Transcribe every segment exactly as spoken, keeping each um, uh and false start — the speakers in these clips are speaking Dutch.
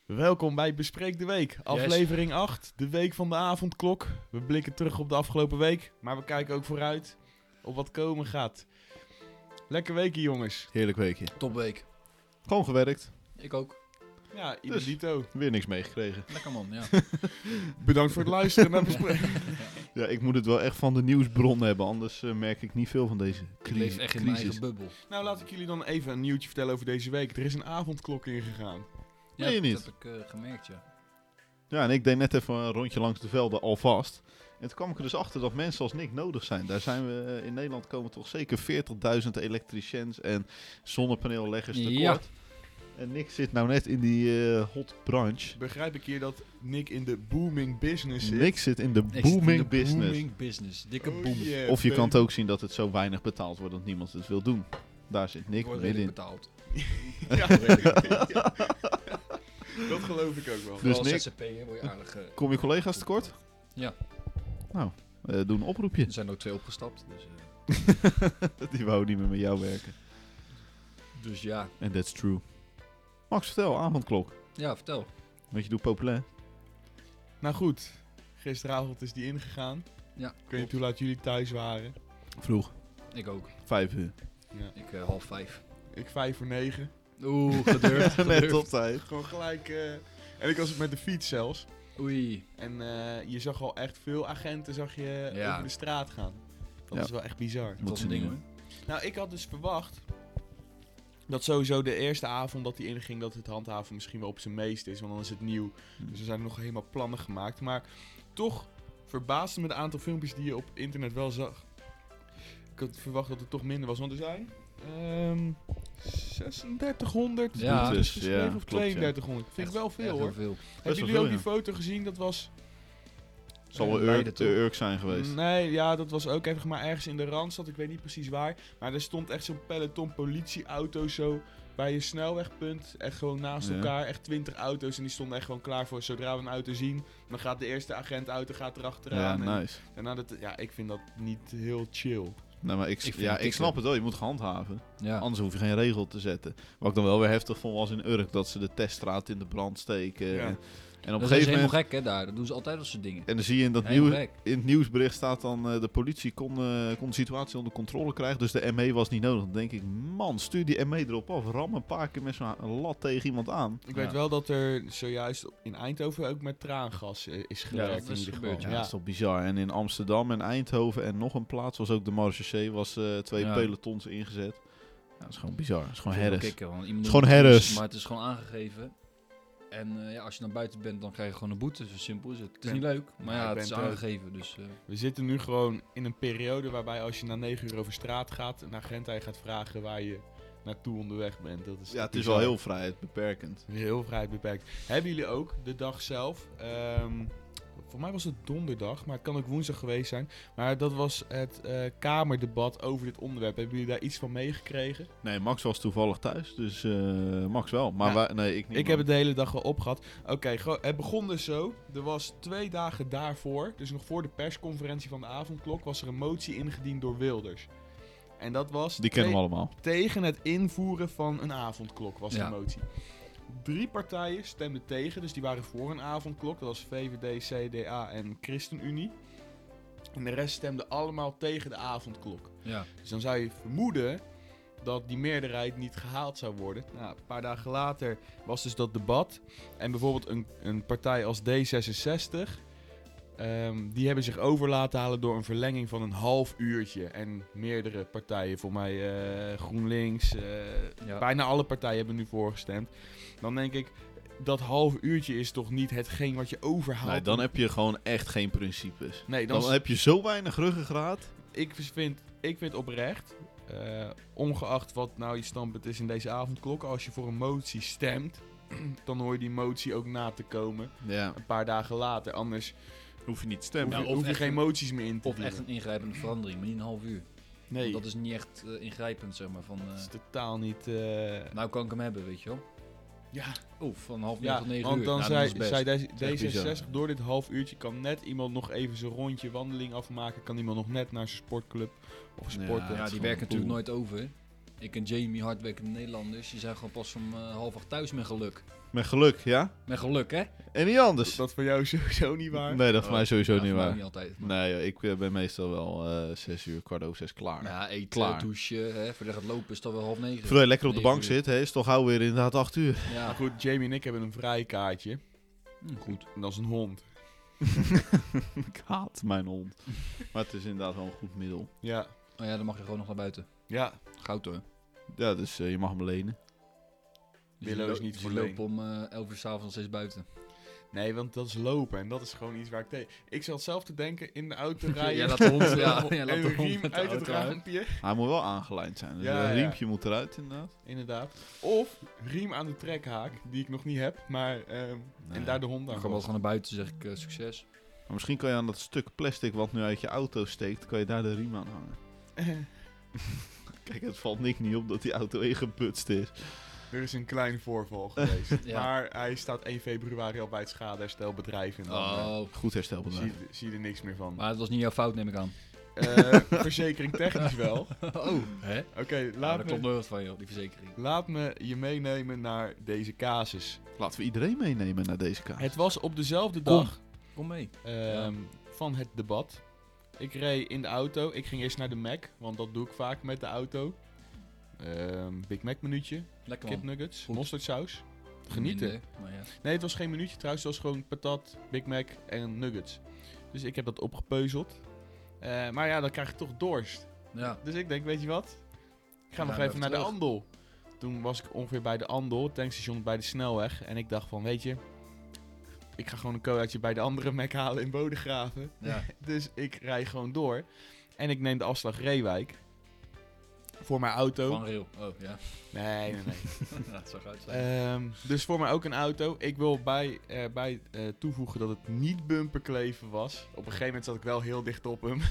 Welkom bij Bespreek de Week, aflevering Yes. acht, de week van de avondklok. We blikken terug op de afgelopen week, maar we kijken ook vooruit op wat komen gaat. Lekker weekje, jongens. Heerlijk weekje. Topweek. Gewoon gewerkt. Ik ook. Ja, Dus- Iberito. Weer niks meegekregen. Lekker man, ja. Bedankt voor het luisteren naar Bespreek. Ja, ik moet het wel echt van de nieuwsbron hebben. Anders uh, merk ik niet veel van deze Ik crisis. leef echt in mijn crisis. eigen bubbel. Nou, laat ik jullie dan even een nieuwtje vertellen over deze week. Er is een avondklok ingegaan. Ja, Meen je niet? dat heb ik uh, gemerkt, ja. Ja, en ik deed net even een rondje langs de velden alvast. En toen kwam ik er dus achter dat mensen als Nick nodig zijn. Daar zijn we uh, in Nederland komen toch zeker veertigduizend elektriciëns en zonnepaneelleggers tekort. Ja. En Nick zit nou net in die uh, hot branche. Begrijp ik hier dat Nick in de booming business zit? Nick zit in de Ik zit booming in de business. Booming business. Dikke Oh, boom. yeah, Of je kan baby. het ook zien dat het zo weinig betaald wordt dat niemand het wil doen. Daar zit Nick Wordt middenin. redelijk betaald. Ja, ja. Dat geloof ik ook wel. Dus Als Nick- Z Z P'er word je aardig... Uh, Kom je collega's tekort? Ja. Nou, uh, doe een oproepje. er zijn er ook twee opgestapt, dus... Uh, Die wou niet meer met jou werken. dus ja. En that's true. Max, vertel, avondklok. Ja, vertel. Weet je, doe populair. Nou goed, gisteravond is die ingegaan. Ja, Ik weet niet hoe laat jullie thuis waren. Vroeg. Ik ook. Vijf uur. Ja. Ik uh, half vijf. Ik vijf voor negen. Oeh, gedurfd. Net gedurfd. op tijd. Gewoon gelijk. eh, En ik was met de fiets zelfs. Oei. En eh, je zag al echt veel agenten zag je Ja. over de straat gaan. Dat Ja. is wel echt bizar. Wat Tot ze een ding doen. hoor. Nou, ik had dus verwacht dat sowieso de eerste avond dat hij inging, dat het handhaven misschien wel op zijn meest is, want dan is het nieuw. Dus er zijn nog helemaal plannen gemaakt. Maar toch verbaasde me het aantal filmpjes die je op internet wel zag. Ik had verwacht dat het toch minder was, want er zijn ehm zesendertighonderd Ja. boetes Dus, geschreven, ja, of klopt, ja. tweeëndertighonderd. Vind ik wel Echt veel heel hoor. veel. Hebben wel jullie veel, ook ja. die foto gezien? Dat was... Zal Ja, wel Leiden Urk, toch? de Urk zijn geweest. Nee, ja, dat was ook even maar ergens in de Randstad. Ik weet niet precies waar. Maar er stond echt zo'n peloton politieauto's zo bij je snelwegpunt. Echt gewoon naast Ja. elkaar. Echt twintig auto's. En die stonden echt gewoon klaar voor zodra we een auto zien. Dan gaat de eerste agent auto gaat Ja, erachteraan. en, nice. en nou, dat, ja, ik vind dat niet heel chill. Nou, maar ik, Ik vind ja, het ik kicken. snap het wel. Je moet gehandhaven. Ja. Anders hoef je geen regel te zetten. Wat ik dan wel weer heftig vond was in Urk dat ze de teststraat in de brand steken. Ja. En, en op Dat een is gegeven helemaal moment... gek hè daar. Dat doen ze altijd als soort dingen. En dan zie je in dat Helemaal nieuw, gek. in het nieuwsbericht staat dan uh, de politie kon, uh, kon de situatie onder controle krijgen, dus de M E was niet nodig. Dan denk ik, man, stuur die M E erop af, ram een paar keer met zo'n lat tegen iemand aan. Ik Ja. weet wel dat er zojuist in Eindhoven ook met traangas eh, is gewerkt. dat is in ieder gebeurd, geval. Ja, dat is toch bizar. En in Amsterdam en Eindhoven en nog een plaats was ook de Marche was uh, twee Ja. pelotons ingezet. Ja, dat is gewoon bizar. Dat is gewoon Ik vind het herres. wel kicken, want iemand Het is doet gewoon iets, herres. Maar het is gewoon aangegeven. En uh, ja, als je naar buiten bent, dan krijg je gewoon een boete. Zo simpel is het. Het is Ben- niet leuk, maar Ja, ja, ik het is ben het ook. aangegeven. Dus, uh, We zitten nu gewoon in een periode waarbij als je na negen uur over straat gaat, een agent aan je gaat vragen waar je naartoe onderweg bent. Dat is Ja, het is bizar. wel heel vrijheidsbeperkend. Heel vrijheid beperkt. Hebben jullie ook de dag zelf? ehm voor mij was het donderdag, maar het kan ook woensdag geweest zijn. Maar dat was het eh, kamerdebat over dit onderwerp. Hebben jullie daar iets van meegekregen? Nee, Max was toevallig thuis, dus uh, Max wel. Maar Ja, wij- nee, ik niet. Ik man. heb het de hele dag al opgehad. Oké, go- het begon dus zo. Er was twee dagen daarvoor, dus nog voor de persconferentie van de avondklok, was er een motie ingediend door Wilders. En dat was Die kennen we te- allemaal. tegen het invoeren van een avondklok, was Ja. de motie. Drie partijen stemden tegen, dus die waren voor een avondklok. Dat was V V D, C D A en ChristenUnie. En de rest stemde allemaal tegen de avondklok. ja. Dus dan zou je vermoeden dat die meerderheid niet gehaald zou worden. Nou, een paar dagen later was dus dat debat. En bijvoorbeeld een, een partij als D zesenzestig... ehm, die hebben zich over laten halen door een verlenging van een half uurtje. En meerdere partijen, voor mij eh, GroenLinks, eh, Ja. bijna alle partijen hebben nu voorgestemd. Dan denk ik, dat half uurtje is toch niet hetgeen wat je overhaalt. Nee, dan heb je gewoon echt geen principes. Nee, dan, Dan heb je zo weinig ruggengraat. ik vind, ik vind oprecht, eh, ongeacht wat nou je standpunt is in deze avondklok, als je voor een motie stemt, dan hoor je die motie ook na te komen Ja, een paar dagen later. Anders hoef je niet te hoef, stemmen. je, Ja, of hoef je echt geen een- moties meer in te Of dienen. echt een ingrijpende verandering, maar niet een half uur. Nee, Want dat is niet echt uh, ingrijpend, zeg maar. Van, uh, dat is totaal niet... eh, nou kan ik hem hebben, weet je wel. ja, Oeh, van half negen ja tot negen want uur. dan Nou, zei, is het best. zei D echt bizar. zesenzestig, door dit half uurtje kan net iemand nog even zijn rondje wandeling afmaken. Kan iemand nog net naar zijn sportclub of Ja, sporten. het Ja, is die gewoon werken een natuurlijk pool. nooit over. hè. Ik en Jamie, hardwerkende Nederlanders, die zijn gewoon pas om uh, half acht thuis met geluk. Met geluk, ja? Met geluk, hè? En niet anders. Dat voor jou sowieso niet waar. Nee, dat voor mij sowieso Ja, niet voor mij waar. niet altijd. maar- Nee, joh, ik eh, ben meestal wel eh zes uur, kwart over zes klaar. Ja, eten, Klaar. douchen, hè, voordat je gaat lopen is het al wel half negen. Voordat je lekker op de Negen bank uur. zit, hè, is toch gauw weer inderdaad acht uur. Ja, Maar goed, Jamie en ik hebben een vrijkaartje. Hm, goed. En dat is een hond. Ik haat mijn hond. Maar het is inderdaad wel een goed middel. Ja. Oh ja, dan mag je gewoon nog naar buiten. Ja. Goud hoor. Ja, dus eh, je mag hem lenen. Dus Willow je is lo- niet dus voor je loopt leen. om uh, elf uur s'avonds nog steeds buiten. Nee, want dat is lopen. En dat is gewoon iets waar ik tegen... Ik zat zelf te denken in de auto rijden. Ja, laat de hond, ja, ja, en laat de een hond riem met de uit het auto uit. raampje. Hij moet wel aangelijnd zijn. Dus Ja, een ja. riempje moet eruit inderdaad. Inderdaad. Of riem aan de trekhaak, die ik nog niet heb. Maar, ehm, Nee. en daar de hond Dan aan gaan we vast. gewoon naar buiten, zeg ik uh, succes. Maar misschien kan je aan dat stuk plastic wat nu uit je auto steekt, kan je daar de riem aan hangen. Kijk, het valt Nick niet op dat die auto ingebutst is. Er is een klein voorval geweest. Ja. Maar hij staat één februari al bij het schadeherstelbedrijf. En dan eh, Oh, Goed herstelbedrijf. zie, zie je er niks meer van. maar het was niet jouw fout, neem ik aan. Eh, verzekering technisch wel. Oh, hè? Oké, Ja, laat, dat klopt me, nooit wat van, joh, die verzekering. laat me je meenemen naar deze casus. Laten we iedereen meenemen naar deze kaart. Het was op dezelfde Kom. dag Kom mee. ehm, van het debat. Ik reed in de auto. Ik ging eerst naar de Mac, want dat doe ik vaak met de auto. Ehm, Big Mac minuutje, Lekker kip man. nuggets, Goed. mosterdsaus. Genieten. Minder, maar ja. Nee, het was geen minuutje trouwens. Het was gewoon patat, Big Mac en nuggets. Dus ik heb dat opgepeuzeld. Eh, maar ja, dan krijg je toch dorst. Ja. Dus ik denk, weet je wat? Ik ga We nog gaan even naar even de terug. Andel. Toen was ik ongeveer bij de Andel, het tankstation bij de snelweg. En ik dacht van, weet je, ik ga gewoon een colaatje bij de andere Mac halen in Bodegraven. Ja. Dus ik rij gewoon door. En ik neem de afslag Reewijk. Voor mijn auto. Van rail. Oh, ja. Nee, nee, nee. Ja, het zag uit zijn. Ehm, dus voor mij ook een auto. Ik wil bij, eh, bij eh, toevoegen dat het niet bumperkleven was. Op een gegeven moment zat ik wel heel dicht op hem.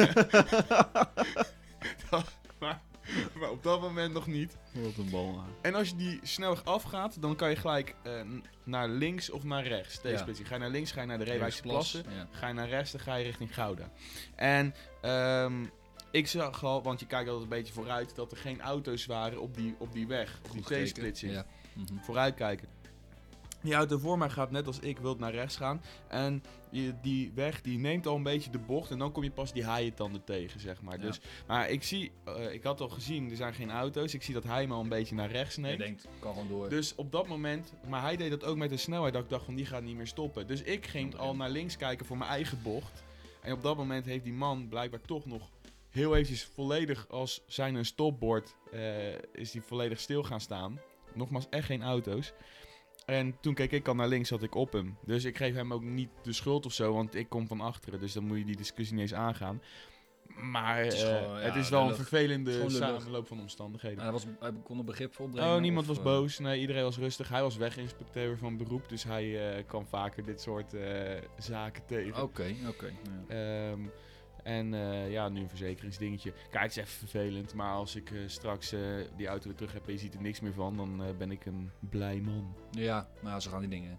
Dat- maar, maar op dat moment nog niet. Wat een bal. En als je die snelweg afgaat, dan kan je gelijk eh, n- naar links of naar rechts. Deze Ja. splitsing. Ga je naar links, ga je naar de Reewijkse Plassen. Ja. Ga je naar rechts, dan ga je richting Gouda. En ehm, ik zag al, want je kijkt altijd een beetje vooruit, dat er geen auto's waren op die, op die weg. Op die Goed gekeken. T-splitsing. Ja. Mhm. Vooruitkijken. Die auto voor mij gaat net als ik, wil naar rechts gaan. En je, die weg die neemt al een beetje de bocht. En dan kom je pas die haaientanden tegen, zeg maar. Ja. Dus, maar ik zie, eh, ik had al gezien, er zijn geen auto's. Ik zie dat hij me al een beetje naar rechts Je neemt. denkt, kan gewoon door. Dus op dat moment, maar hij deed dat ook met een snelheid dat ik dacht van die gaat niet meer stoppen. Dus ik ging al naar links kijken voor mijn eigen bocht. En op dat moment heeft die man blijkbaar toch nog heel eventjes volledig als zijn een stopbord eh, is die volledig stil gaan staan. Nogmaals, echt geen auto's. En toen keek ik al naar links, zat ik op hem. Dus ik geef hem ook niet de schuld of zo, want ik kom van achteren. Dus dan moet je die discussie niet eens aangaan. Maar Het is eh, gewoon, ja, het is wel een lullig. vervelende Het is gewoon lullig. samenloop van omstandigheden. En hij, was, hij kon er begrip voor opbrengen. Oh, niemand of, was eh, boos. Nee, iedereen was rustig. Hij was weginspecteur van beroep, dus hij eh, kwam vaker dit soort eh, zaken tegen. Oké, oké. ja. Ehm, en eh, ja, nu een verzekeringsdingetje. Kijk, het is even vervelend, maar als ik eh, straks eh, die auto weer terug heb en je ziet er niks meer van, dan eh, ben ik een blij man. Ja, maar ja, zo gaan die dingen.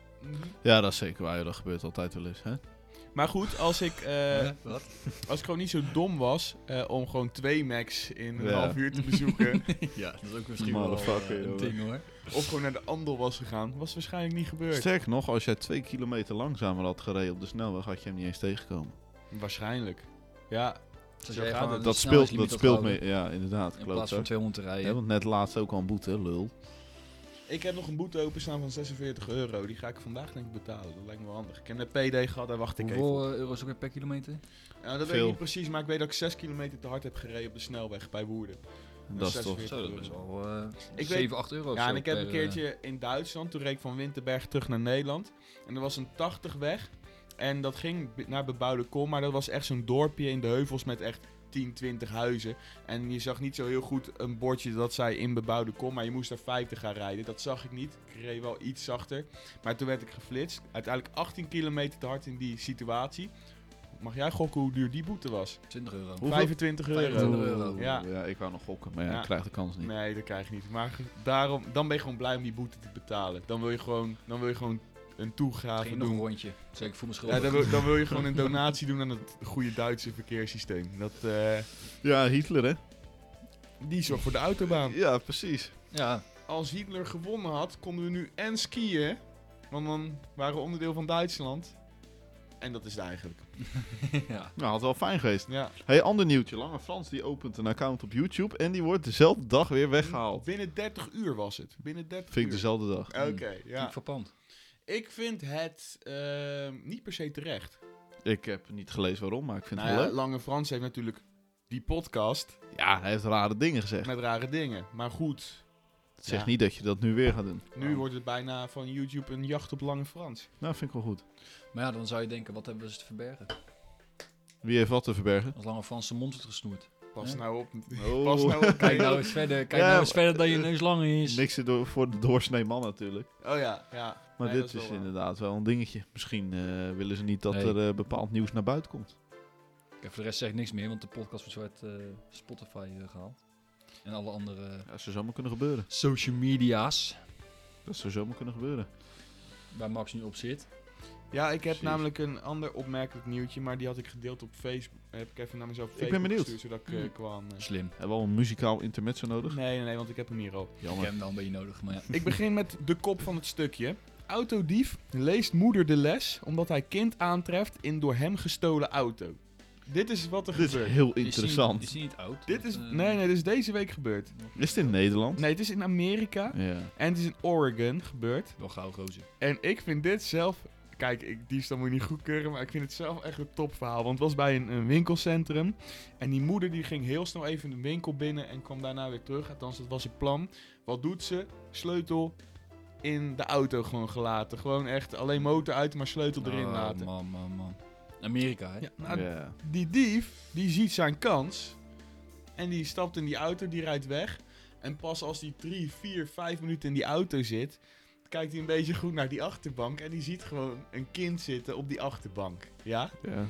Ja, dat is zeker waar. Dat gebeurt altijd wel eens. Hè? Maar goed, als ik, eh, Wat? als ik gewoon niet zo dom was eh, om gewoon twee Macs in een Ja. half uur te bezoeken, Ja, dat is ook misschien wel Motherfucker, eh, een joh. ding hoor. of gewoon naar de Andel was gegaan, was waarschijnlijk niet gebeurd. Sterker nog, als jij twee kilometer langzamer had gereden op de snelweg, had je hem niet eens tegengekomen. Waarschijnlijk. Ja, Dus Zo jij gaat gewoon het. de Dat speelt, snelheidslimiet dat speelt ophouden, mee. Ja, inderdaad. In Klopt plaats van zo. tweehonderd te rijden. Ja, want net laatst ook al een boete, lul. ik heb nog een boete openstaan van zesenveertig euro. Die ga ik vandaag denk ik betalen. Dat lijkt me wel handig. Ik heb een P D gehad, daar wacht ik even op. Hoeveel eh, euro's ook weer per kilometer? Ja, dat weet Veel. ik niet precies, maar ik weet dat ik zes kilometer te hard heb gereden op de snelweg bij Woerden. Dat is toch... zesenveertig Zo, dat is best wel uh, weet- zeven, acht euro of Ja, zo en ik heb per, een keertje in Duitsland, toen reed ik van Winterberg terug naar Nederland. En er was een tachtig weg. En dat ging b- naar bebouwde kom, maar dat was echt zo'n dorpje in de heuvels met echt tien, twintig huizen. En je zag niet zo heel goed een bordje dat zei in bebouwde kom, maar je moest daar vijftig gaan rijden. Dat zag ik niet. Ik reed wel iets zachter. Maar toen werd ik geflitst. Uiteindelijk achttien kilometer te hard in die situatie. Mag jij gokken hoe duur die boete was? twintig euro. Hoeveel? vijfentwintig euro. vijfentwintig euro. Ja. Ja, ik wou nog gokken, maar ja, Ja. ik krijg de kans niet. Nee, dat krijg je niet. Maar ge- daarom, dan ben je gewoon blij om die boete te betalen. Dan wil je gewoon, dan wil je gewoon een toegave Ging nog een doen. rondje. Zeg ik voel me Ja, schuldig. dan, wil, dan wil je gewoon een donatie doen aan het goede Duitse verkeerssysteem. Dat, eh, Ja, Hitler hè. Die zorgt voor de autobaan. Ja, precies. Ja, Als Hitler gewonnen had, konden we nu en skiën. Want dan waren we onderdeel van Duitsland. En dat is het eigenlijk. ja. Nou, had wel fijn geweest. Ja. Hey, ander nieuwtje. Lange Frans die opent een account op YouTube en die wordt dezelfde dag weer weggehaald. Binnen dertig uur was het. Binnen dertig Vind ik uur. dezelfde dag. Oké, ja. Ik verpand. Ik vind het ehm, niet per se terecht. Ik heb niet gelezen waarom, maar ik vind Nou het ja, wel leuk. Lange Frans heeft natuurlijk die podcast Ja, hij heeft rare dingen gezegd. met rare dingen. Maar goed, Het zegt Ja. niet dat je dat nu weer gaat doen. nu wordt het bijna van YouTube een jacht op Lange Frans. Nou, vind ik wel goed. Maar ja, dan zou je denken, wat hebben ze te verbergen? Wie heeft wat te verbergen? Als Lange Frans zijn mond wordt gesnoerd. Pas Ja. nou op. Oh. Pas nou op. Kijk nou eens verder, kijk Ja, nou eens maar- verder dat je neus lang is. Niks er door, voor de doorsnee man natuurlijk. Oh ja, ja. Maar Nee, dat dit is, wel waar. inderdaad wel een dingetje. Misschien eh, willen ze niet dat Nee. er eh, bepaald nieuws naar buiten komt. Kijk, voor de rest zeg ik niks meer, want de podcast wordt zo uit eh, Spotify eh, gehaald. En alle andere Ja, dat zou zomaar kunnen gebeuren. social media's Dat zou zomaar kunnen gebeuren. waar Max nu op zit. Ja, ik heb Precies. namelijk een ander opmerkelijk nieuwtje, maar die had ik gedeeld op Facebook. Heb ik even naar mezelf op ben Facebook benieuwd. gestuurd, zodat ik eh, Hmm. kwam. eh. Slim. Hebben we al een muzikaal intermezzo nodig? Nee, nee, nee, want ik heb hem hier al. Ik heb Jammer. hem wel een beetje nodig, maar ja. Ik begin met de kop van het stukje. Autodief leest moeder de les omdat hij kind aantreft in door hem gestolen auto. Dit is wat er Dit is gebeurt. heel Is die- interessant. Is hij niet oud? Dit Of, is, eh, nee, nee, dit is deze week gebeurd. Is het in Nederland? Nee, het is in Amerika Ja. en het is in Oregon gebeurd. Wel gauw gozer. En ik vind dit zelf... Kijk, ik, diefstal moet je niet goedkeuren, maar ik vind het zelf echt een topverhaal. Want het was bij een, een winkelcentrum. En die moeder die ging heel snel even de winkel binnen en kwam daarna weer terug. Althans, dat was het plan. Wat doet ze? Sleutel in de auto gewoon gelaten. Gewoon echt alleen motor uit, maar sleutel erin Oh, laten. Man, man, man. Amerika, hè? Ja, nou, Ja. die dief, die ziet zijn kans. En die stapt in die auto, die rijdt weg. En pas als die drie, vier, vijf minuten in die auto zit... kijkt hij een beetje goed naar die achterbank. En die ziet gewoon een kind zitten op die achterbank. Ja? Ja.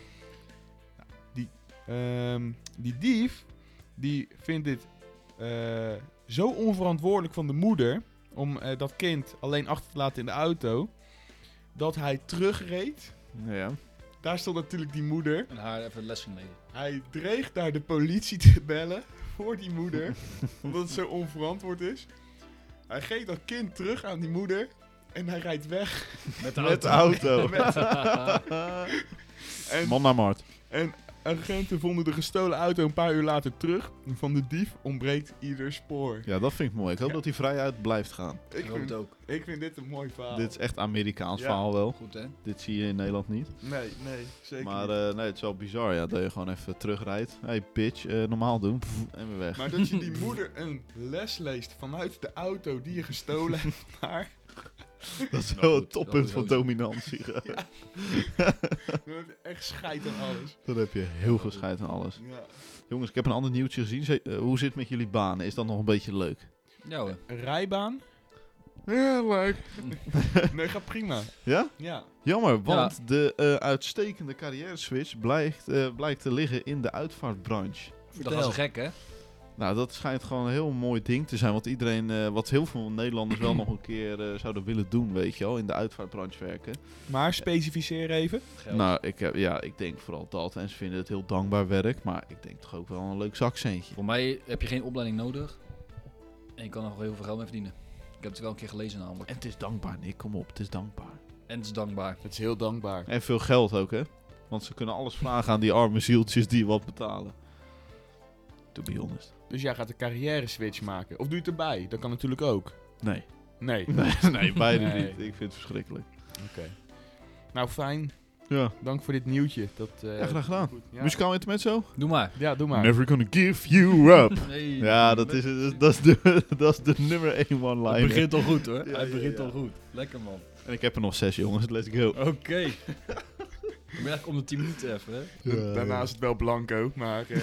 Ehm, die dief, die vindt dit eh, zo onverantwoordelijk van de moeder... om eh, dat kind alleen achter te laten in de auto... dat hij terugreed. Ja. Daar stond natuurlijk die moeder... En haar even les ging leren. Hij dreigt naar de politie te bellen voor die moeder, omdat het zo onverantwoord is. Hij geeft dat kind terug aan die moeder en hij rijdt weg. Met de Met de auto. auto. En, Man naar Mart. en agenten vonden de gestolen auto een paar uur later terug. Van de dief ontbreekt ieder spoor. Ja, dat vind ik mooi. Ik hoop Ja. dat hij vrijuit blijft gaan. Ik Ik hoop het vind, ook. ik vind dit een mooi verhaal. Dit is echt Amerikaans Ja. verhaal wel. Goed, hè? Dit zie je in Nederland niet. Nee, nee, zeker Maar niet. eh, nee, het is wel bizar ja, dat je gewoon even terugrijdt. Hey bitch, eh, normaal doen. Pff, en weer weg. Maar dat je die moeder een les leest vanuit de auto die je gestolen hebt van haar. Dat is Nou wel goed, het toppunt dat van is dominantie. Dan heb je echt scheid aan alles. Dan heb je heel veel scheid aan alles. Ja. Jongens, ik heb een ander nieuwtje gezien. Ze- eh, hoe zit het met jullie banen? Is dat nog een beetje leuk? Ja hoor. Een rijbaan? Ja, leuk. Nee, gaat prima. Ja? Ja. Jammer, want de eh, uitstekende carrière switch blijkt, eh, blijkt te liggen in de uitvaartbranche. Dat was gek, hè? Nou, dat schijnt gewoon een heel mooi ding te zijn. Wat iedereen, eh, wat heel veel Nederlanders wel nog een keer eh, zouden willen doen, weet je wel. In de uitvaartbranche werken. Maar specificeer even. Geld. Nou, ik, heb, ja, ik denk vooral dat. En ze vinden het heel dankbaar werk. Maar ik denk toch ook wel een leuk zakcentje. Voor mij heb je geen opleiding nodig. En je kan er nog heel veel geld mee verdienen. Ik heb het wel een keer gelezen namelijk. En het is dankbaar, Nick. Kom op, het is dankbaar. En het is dankbaar. Het is heel dankbaar. En veel geld ook, hè. Want ze kunnen alles vragen aan die arme zieltjes die wat betalen. To be honest. Dus jij gaat een carrière switch maken. Of doe je het erbij? Dat kan natuurlijk ook. Nee. Nee. Nee, nee beide Nee. niet. Ik vind het verschrikkelijk. Oké. Nou, fijn. Ja. Dank voor dit nieuwtje. Dat, eh, Ja, graag gedaan. goed. Ja. Muzikaal intermezzo? Doe maar. Ja, doe maar. Never gonna give you up. Nee. Ja, dat is, dat is, dat is, de, dat is de nummer één one-liner. Hij begint al goed hoor. Ja, Hij ja, begint ja. al goed. Lekker man. En ik heb er nog zes, jongens. Let's go. Oké. Ik ben eigenlijk om de tien minuten even hè. Ja, Daarna ja. is het wel blanco, maar... eh,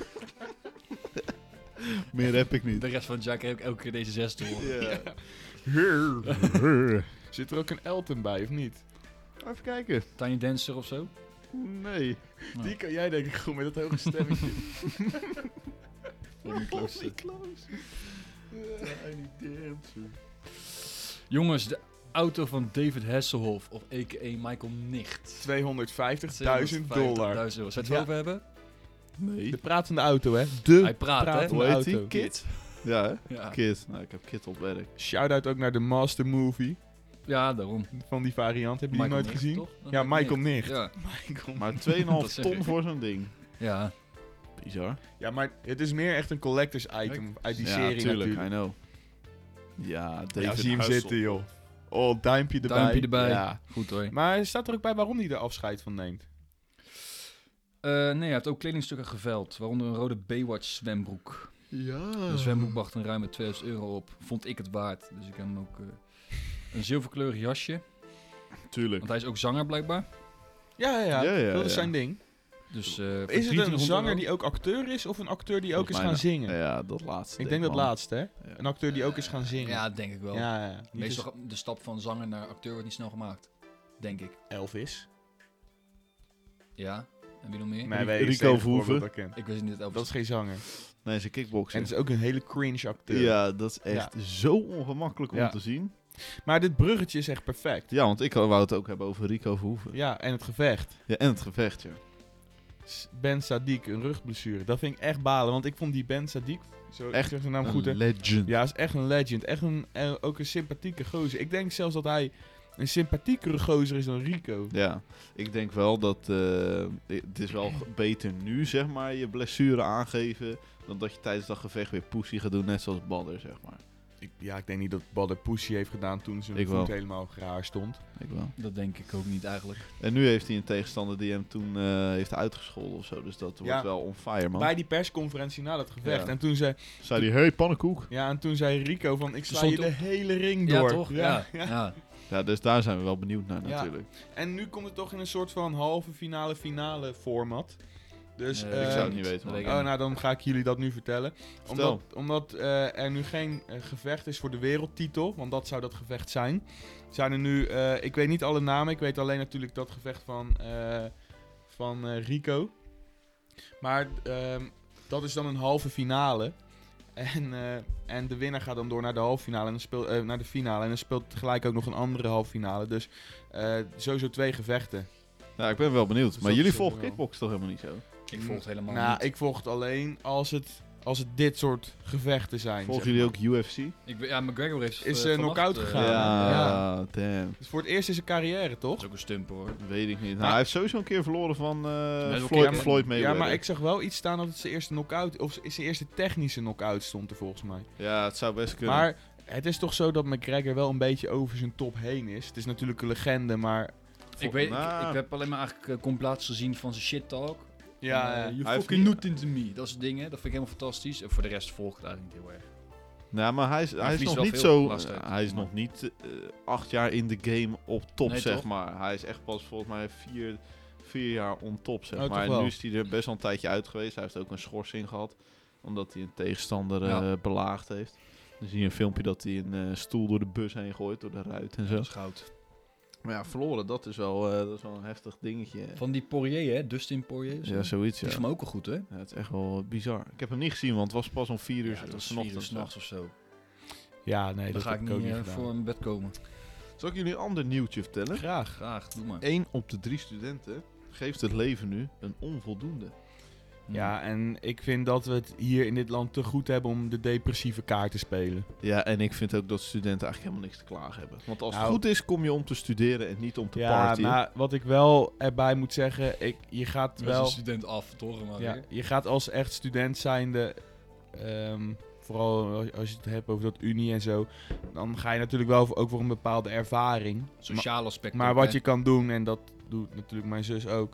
Meer heb ik niet. De rest van het jaar krijg ik elke keer deze zes te horen. Ja. Zit er ook een Elton bij, of niet? Even kijken. Tiny Dancer of zo. Nee. Nou, Die kan jij denk ik goed met dat hoge stemmetje. Volgende close. close. Tiny dancer. Jongens, de auto van David Hasselhoff, of a k a. Michael Nicht. tweehonderdvijftigduizend dollar. duizend euro. Zou je het Ja. over hebben? Nee. De pratende auto, hè? De Hij praat, hè? pratende Hoe heet die? auto. Kit? Ja, hè? Ja. Kit. Nou, ik heb Kit op werk. Shout-out ook naar de Master Movie ja, daarom. van die variant. Heb je Michael die nooit Nicht, gezien? toch? Ja, Michael Michael Nicht. Nicht. Ja. Michael. Maar twee komma vijf Dat zeg ton ik. voor zo'n ding. ja. Bizar. Ja, maar het is meer echt een collectors item uit die ja, serie tuurlijk, natuurlijk. I know. Ja, David Ja, zie hem Hasselhoff. zitten, joh. Oh, duimpje erbij. Duimpje erbij. Ja. Goed hoor. Maar staat er ook bij waarom hij er afscheid van neemt? Uh, nee, hij heeft ook kledingstukken geveld. Waaronder een rode Baywatch zwembroek. Ja. De zwembroek bracht een ruime tweeduizend euro op. Vond ik het waard. Dus ik heb hem ook uh, een zilverkleurig jasje. Tuurlijk. Want hij is ook zanger blijkbaar. Ja, ja, ja. Ja, ja, dat is ja. zijn ding. Dus, uh, voor Is het een drieënhonderd zanger euro. die ook acteur is of een acteur die ook Volgens is mij gaan nou- zingen? Ja, dat laatste. Ik denk dat man. laatste, hè? Ja. Een acteur die ook is gaan zingen. Ja, denk ik wel. ja, ja. Niet Meestal dus gaat de stap van zanger naar acteur wordt niet snel gemaakt. Denk ik. Elvis. Ja. En wie nog meer? Nee, Rico weet je, Steven Ik Verhoeven. voorbeeld dat kent. wist niet dat Elvis... Dat is geen zanger. Nee, ze kickboksen. En het is ook een hele cringe acteur. Ja, dat is echt zo ongemakkelijk om Ja. te zien. Maar dit bruggetje is echt perfect. Ja, want ik wou het ook hebben over Rico Verhoeven. Ja, en het gevecht. Ja, en het gevecht, ja. S- Ben Sadiq, een rugblessure. Dat vind ik echt balen, want ik vond die Ben Sadiq... Zo, Echt ik zeg zijn naam Een goed, hè? legend. Ja, is echt een legend. Echt een, eh, ook een sympathieke gozer. Ik denk zelfs dat hij een sympathiekere gozer is dan Rico. Ja, ik denk wel dat uh, het is wel beter nu, zeg maar, je blessure aangeven, dan dat je tijdens dat gevecht weer pussy gaat doen, net zoals Badder, zeg maar. Ik, ja, ik denk niet dat Badder pussy heeft gedaan toen zijn Ik voet wel. helemaal graar stond. Ik wel. Dat denk ik ook niet eigenlijk. En nu heeft hij een tegenstander die hem toen uh, heeft uitgescholden of zo, dus dat wordt Ja. wel on fire, man. Bij die persconferentie na dat gevecht. Ja. En toen zei, Zei hij, hey, pannenkoek. ja, en toen zei Rico van, ik sla stond je de op- hele ring Ja, door. toch? Ja. ja. ja. Ja, dus daar zijn we wel benieuwd naar Ja. natuurlijk. En nu komt het toch in een soort van halve finale finale format. Dus, Eh, eh, ik zou het niet weten, dat man. weet ik Oh, nou dan ga ik jullie dat nu vertellen. Vertel. Omdat, omdat eh, er nu geen eh, gevecht is voor de wereldtitel, want dat zou dat gevecht zijn. Zijn er nu, eh, ik weet niet alle namen, ik weet alleen natuurlijk dat gevecht van, eh, van eh, Rico. Maar ehm, dat is dan een halve finale. En, eh, en de winnaar gaat dan door naar de halve finale en dan speelt, eh, naar de finale. En dan speelt tegelijk ook nog een andere halve finale. Dus eh, sowieso twee gevechten. Ja, ik ben wel benieuwd. Dus maar dat jullie is volgen wel- kickbox toch helemaal niet zo? Ik volg het helemaal Nou, niet. ik volg het alleen als het, als het dit soort gevechten zijn. Volgen zeg jullie maar. ook U F C? Ik, ben- ja, McGregor heeft... Is, eh, eh, vannacht, knock-out eh, gegaan. ja, ja. damn. Dus voor het eerst in zijn carrière, Dat toch? is ook een stumper hoor. Weet ik niet. Nou, Maar- hij heeft sowieso een keer verloren van uh, is ook Floyd, ja, maar- Floyd Ja, Mayweather. maar ik zag wel iets staan dat het zijn eerste knock-out, of zijn eerste technische knock-out stond er volgens mij. Ja, het zou best kunnen. Maar het is toch zo dat McGregor wel een beetje over zijn top heen is. Het is natuurlijk een legende, maar... Ik weet, ik, Nou. ik heb alleen maar eigenlijk uh, compilaties gezien van zijn shit talk. Ja, En, ja. uh, you Hij heeft fucking niet- not into me. Dat soort dingen. Dat vind ik helemaal fantastisch. En voor de rest volg ik het eigenlijk niet heel erg. Nou, maar hij is, hij is verliest nog wel niet veel zo... last uit, hij is maar- nog niet uh, acht jaar in de game op top, Nee, zeg toch? maar. Hij is echt pas volgens mij vier, vier jaar on top, zeg Oh, maar. toch En wel? nu is hij er best wel een tijdje uit geweest. Hij heeft ook een schorsing gehad. Omdat hij een tegenstander uh, Ja. belaagd heeft. Dan zie je een filmpje dat hij een uh, stoel door de bus heen gooit, door de ruit en zo. Dat is goud. Maar ja, verloren, dat is wel, uh, dat is wel een heftig dingetje. Van die Poirier, hè? Dustin Poirier. of zo. Ja, zoiets, Die ja. is van mij ook al goed, hè? Ja, het is echt wel bizar. Ik heb hem niet gezien, want het was pas om vier uur Ja, dat was vanochtend. vier uur s'nachts of zo. Ja, nee, Dan dat ga heb ik ik ook niet niet uh, gedaan. voor mijn bed komen. Zal ik jullie een ander nieuwtje vertellen? Graag. Graag, doe maar. Eén op de drie studenten geeft het leven nu een onvoldoende. Ja, en ik vind dat we het hier in dit land te goed hebben om de depressieve kaart te spelen. Ja, en ik vind ook dat studenten eigenlijk helemaal niks te klagen hebben. Want als het Nou, goed is, kom je om te studeren en niet om te Ja, partyen. maar wat ik wel erbij moet zeggen, ik, je gaat Wel. wel... een student af, toch? Maar Ja, weer. je gaat als echt student zijnde, ehm, vooral als je het hebt over dat unie en zo, dan ga je natuurlijk wel voor, ook voor een bepaalde ervaring. Sociaal aspect. Maar ook, wat hè. je kan doen, en dat doet natuurlijk mijn zus ook,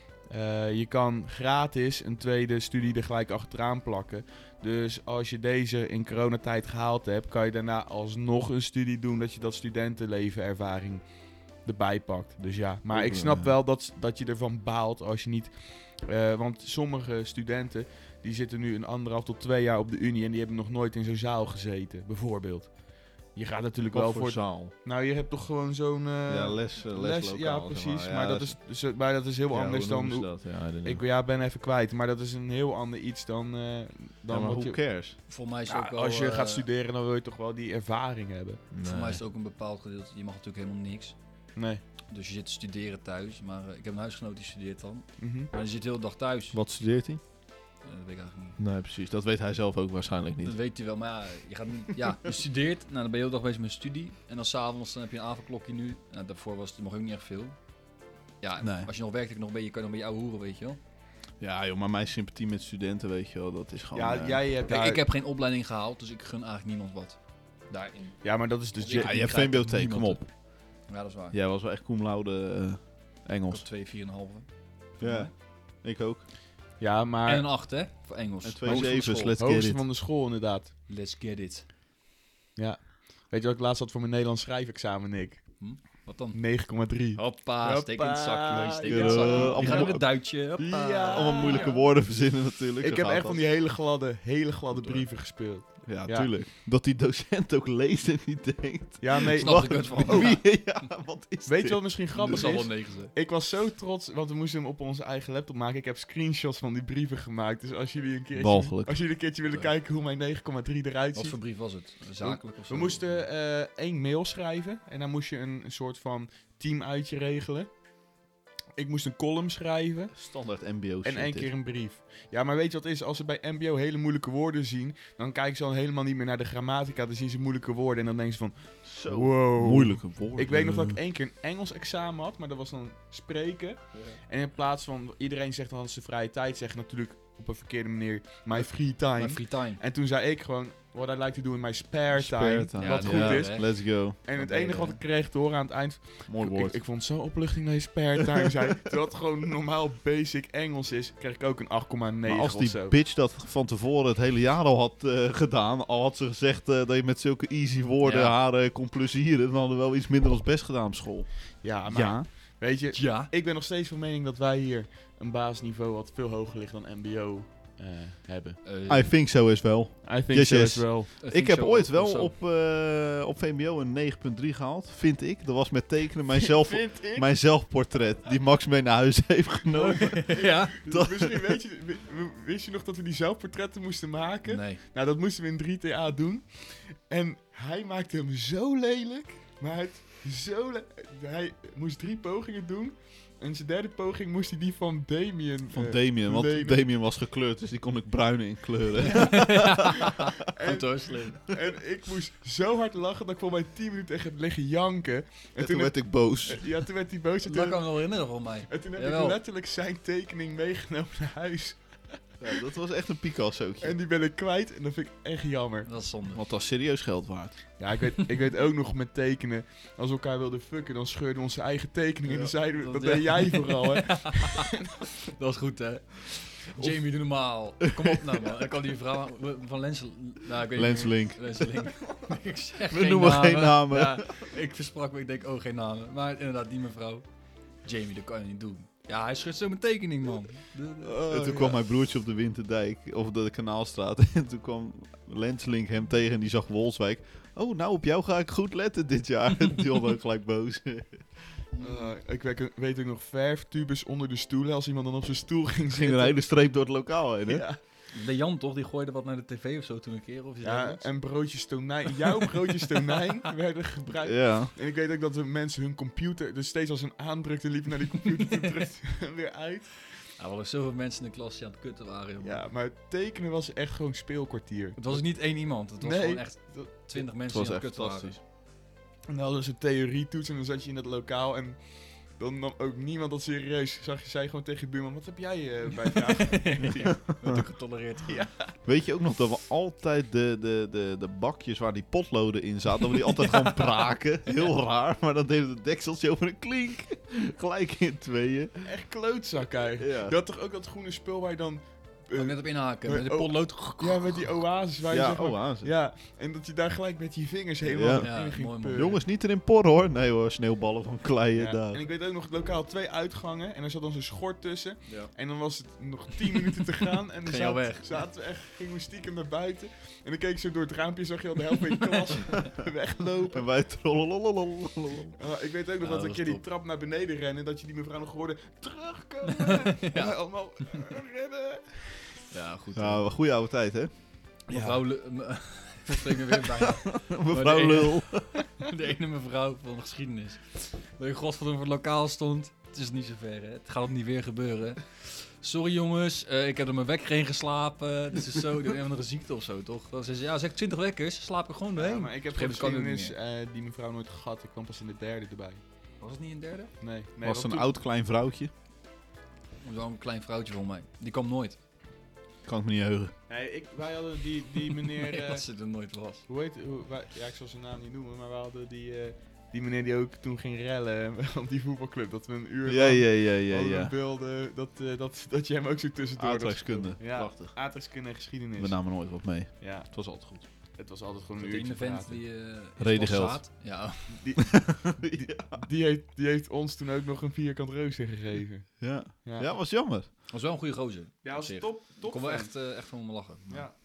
eh, je kan gratis een tweede studie er gelijk achteraan plakken. Dus als je deze in coronatijd gehaald hebt, kan je daarna alsnog een studie doen dat je dat studentenleven ervaring erbij pakt. Dus ja, maar Ook, ik snap eh, wel dat, dat je ervan baalt als je niet... eh, want sommige studenten die zitten nu een anderhalf tot twee jaar op de unie en die hebben nog nooit in zo'n zaal gezeten, bijvoorbeeld. Je gaat natuurlijk Wat wel voor voor... zaal? Nou, je hebt toch gewoon zo'n... eh, ja, les, uh, les, leslokaal. ja, zeg precies. Ja, Maar, dat is, dus, maar dat is heel ja, anders hoe dan... noemen ze hoe- dat? Ja, I don't know. ik ja, ben even kwijt, maar dat is een heel ander iets dan... eh, Ja, dan maar wat who je, cares? Voor mij is het Ja, ook wel... als je eh, gaat studeren, dan wil je toch wel die ervaring hebben. Voor mij is het ook een bepaald gedeelte. Je mag natuurlijk helemaal niks. Nee. Dus je zit te studeren thuis. Maar eh, ik heb een huisgenoot die studeert dan. Mhm. Maar die zit de hele dag thuis. Wat studeert hij? Uh, dat weet ik eigenlijk niet. Nee, precies. Dat weet hij zelf ook waarschijnlijk Dat niet. weet hij wel, maar ja, je, gaat niet, ja, je studeert, nou, dan ben je heel dag bezig met studie. En dan s'avonds dan heb je een avondklokje nu. Nou, daarvoor was het nog ook niet echt veel. Ja, en Nee. als je nog werkt, nog ben je, kan je nog bij jou hoeren, weet je wel. Ja, joh, maar mijn sympathie met studenten, weet je wel, dat is gewoon... Ja, eh, jij hebt Kijk, daar... ik heb geen opleiding gehaald, dus ik gun eigenlijk niemand wat. Daarin. Ja, maar dat is dus... Ja, Ja, Ja, je hebt begrijp V het B O T, niemand, kom op. Ja, dat is waar. Jij was wel echt cum laude eh, Ik Engels. had twee, vier en een halve. Ja, ik ook. ja, maar... En een acht, hè? Voor Engels. En twee Hoogste van de zevens, school. let's get hoogste it. van de school, inderdaad. Let's get it. Ja. Weet je wat ik laatst had voor mijn Nederlands schrijfexamen, Nick? Wat dan? negen komma drie. Hoppa, steek in het zakje. Hoppa. Steek in het Ja, zakje. allemaal Die gaan in mo- het duitje. Hoppa. Ja. Allemaal moeilijke woorden verzinnen natuurlijk. Ik zo heb gaat echt van dat. die hele gladde, hele gladde Goed, hoor. brieven gespeeld. Ja, Ja. tuurlijk. Dat die docent ook leest en niet denkt... Ja, nee. Snap ik het van. Oh. Wie? Ja, wat is Weet je dit? wat misschien Dat grappig zal wel is? negen zijn. Ik was zo trots, want we moesten hem op onze eigen laptop maken. Ik heb screenshots van die brieven gemaakt. Dus als jullie een keertje, Walgelijk. als jullie een keertje willen Ja. kijken hoe mijn negen komma drie eruit Wat ziet. voor brief was het? Zakelijk of zo? We moesten eh, één mail schrijven en dan moest je een, een soort van teamuitje regelen. Ik moest een column schrijven Standaard M B O shit. en één dit. keer een brief. Ja, maar weet je wat het is? Als ze bij M B O hele moeilijke woorden zien, dan kijken ze dan helemaal niet meer naar de grammatica. Dan zien ze moeilijke woorden en dan denken ze van, Zo wow. moeilijke woorden. Ik weet nog dat ik één keer een Engels examen had, maar dat was dan spreken. En in plaats van, iedereen zegt dan zijn vrije tijd, zegt natuurlijk op een verkeerde manier, my free time. Maar free time. En toen zei ik gewoon, what I like to do in my spare time. Spare time. Wat Ja, goed ja, is. hè. Let's go. En het ben je, enige wat hè? ik kreeg te horen aan het eind, Mooi ik, woord. ik vond zo'n opluchting dat je spare time zei. Terwijl het gewoon normaal basic Engels is, kreeg ik ook een acht komma negen Maar als of die zo. bitch dat van tevoren het hele jaar al had eh, gedaan, al had ze gezegd eh, dat je met zulke easy woorden Ja. haar eh, kon plezieren, dan hadden we wel iets minder ons best gedaan op school. Ja, maar Ja. weet je, Ja. ik ben nog steeds van mening dat wij hier een basisniveau wat veel hoger ligt dan M B O eh, hebben. Eh, I think so as well. I think Yes, so yes. as well. I think Ik heb so, ooit of wel zo. op, eh, op V M B O een negen komma drie gehaald, vind ik. Dat was met tekenen mijn, zelf, Vind ik? mijn zelfportret, die Max mee naar huis heeft genomen. ja? Dat- Misschien weet je, wi- wi- wist je nog dat we die zelfportretten moesten maken? Nee. Nou, dat moesten we in drie T A doen. En hij maakte hem zo lelijk. Maar het zo le- hij moest drie pogingen doen. En zijn derde poging moest hij die van Damien. Van eh, Damien, want lenen. Damien was gekleurd, dus die kon ik bruin inkleuren. En, Goed hoor, slim. en ik moest zo hard lachen dat ik voor mij tien minuten echt heb liggen janken. En, En toen werd ik boos. Ja, toen werd hij boos. En Dat toen, kan ik me wel herinneren van mij. en toen heb Jawel. ik letterlijk zijn tekening meegenomen naar huis. Ja, dat was echt een Picassootje. En die ben ik kwijt en dat vind ik echt jammer. Dat is zonde. Want dat is serieus geld waard. Ja, ik weet, ik weet ook nog met tekenen. Als we elkaar wilden fucken, dan scheurden we onze eigen tekeningen. En dan zeiden we, dat- dat ja. deed jij vooral, hè? Dat is goed, hè? Jamie, doe normaal. Kom op nou, man. Dan kan die vrouw van Lens... Nou, ik weet Lens niet meer. Link. Lens Link. ik zeg We geen noemen namen. geen namen. Ja, ik versprak me, ik denk, oh, geen namen. Maar inderdaad, die mevrouw. Jamie, dat kan je niet doen. Ja, hij schudt zo mijn tekening, man. De- de- en toen ja. kwam mijn broertje op de Winterdijk, of de Kanaalstraat. En toen kwam Lenslink hem tegen en die zag Wolfswijk. Oh, nou op jou ga ik goed letten dit jaar. Die was ook gelijk boos. Uh, ik weet, weet ook nog verftubes onder de stoelen. Als iemand dan op zijn stoel ging Ging zitten. een hele streep door het lokaal heen, hè? Ja, De Jan, toch? Die gooide wat naar de tv of zo toen een keer. Of is ja dat en broodjes tonijn. Jouw broodjes tonijn werden gebruikt. Ja. En ik weet ook dat de mensen hun computer... Dus steeds als een aandrukte liepen naar die computer toe terug en weer uit. Ja, we hadden zoveel mensen in de klas die aan het kutten waren. Jongen. Ja, maar tekenen was echt gewoon speelkwartier. Het was niet één iemand. Het was Nee. gewoon echt Dat- twintig Het mensen was die aan echt het kutten waren. fantastisch. En dan hadden ze een theorietoets en dan zat je in het lokaal en dan nam ook niemand dat serieus. Zag je, zei gewoon tegen je buurman, wat heb jij uh, bij gedaan? Dat ook getolereerd. Ja. Weet je ook nog dat we altijd de, de, de, de bakjes waar die potloden in zaten, dat we die altijd gewoon braken? Heel raar, maar dan deden we het dekseltje over een klink. Gelijk in tweeën. Echt klootzak eigenlijk. Ja. Je had toch ook dat groene spul waar je dan... eh, Ook net op inhaken. maar Met de ook- potlood. ja, met die oases waar je Ja, zeg maar- oh, aanzet. Ja, en dat je daar gelijk met je vingers helemaal Ja. in Ja, ging mooi, man. peuren. Jongens, niet erin porren hoor. Nee hoor, sneeuwballen van kleien Ja, daar. en ik weet ook nog, het lokaal twee uitgangen en er zat dan zo'n schort tussen. Ja. En dan was het nog tien minuten te gaan en dan Ging jou zaten, weg. zaten we echt, gingen we stiekem naar buiten. En dan keek ik zo door het raampje, zag je al de helft van je klas weglopen. En wij trollolololol. Ah, ik weet ook nog Ja, dat dat een was keer die top. trap naar beneden rennen en dat je die mevrouw nog hoorde, terugkomen! En wij allemaal eh, rennen. Ja, goed. Ja, een goede oude tijd hè. Mevrouw... Lu- me- Ik spreek me weer bij. Mevrouw Maar de- Lul. De ene mevrouw van de geschiedenis. Dat je godverdomme voor het lokaal stond. Het is niet zover, hè. Het gaat ook niet weer gebeuren. Sorry jongens, uh, ik heb er mijn wekker heen geslapen. Dit is zo, dit is een of andere ziekte of zo, toch? Dan zei ze, ja, zeg twintig wekkers, slaap ik gewoon doorheen. Ja, maar ik heb Op een geen gegeven moment kan geschiedenis uh, die mevrouw nooit gehad. Ik kwam pas in de derde erbij. Was het niet een derde? Nee. nee was want een toen- oud klein vrouwtje. Wel een klein vrouwtje van mij. Die kwam nooit. Kan ik me niet heugen. Nee, ik, wij hadden die, die meneer... Nee, eh, dat ze er nooit was. hoe heet hoe, wij, ja, ik zal zijn naam niet noemen, maar we hadden die, eh, die meneer die ook toen ging rellen op die voetbalclub. Dat we een uur Ja, lang ja, ja, ja, hadden ja. beelden dat, eh, dat, dat je hem ook zo tussendoor... had Aardrijkskunde. gespeeld. Ja, Prachtig. aardrijkskunde en geschiedenis. We namen nooit wat mee. Ja, Het was altijd goed. het was altijd gewoon een De ene uurtje vent praten. die... Uh, Redengeld. Ja. Die, die, die, heeft, die heeft ons toen ook nog een vierkant rooster gegeven. Ja. Ja, Ja, was jammer. Was wel een goede gozer. ja was zich. top, Ik top kon wel fan. echt, uh, echt van me lachen. Ja.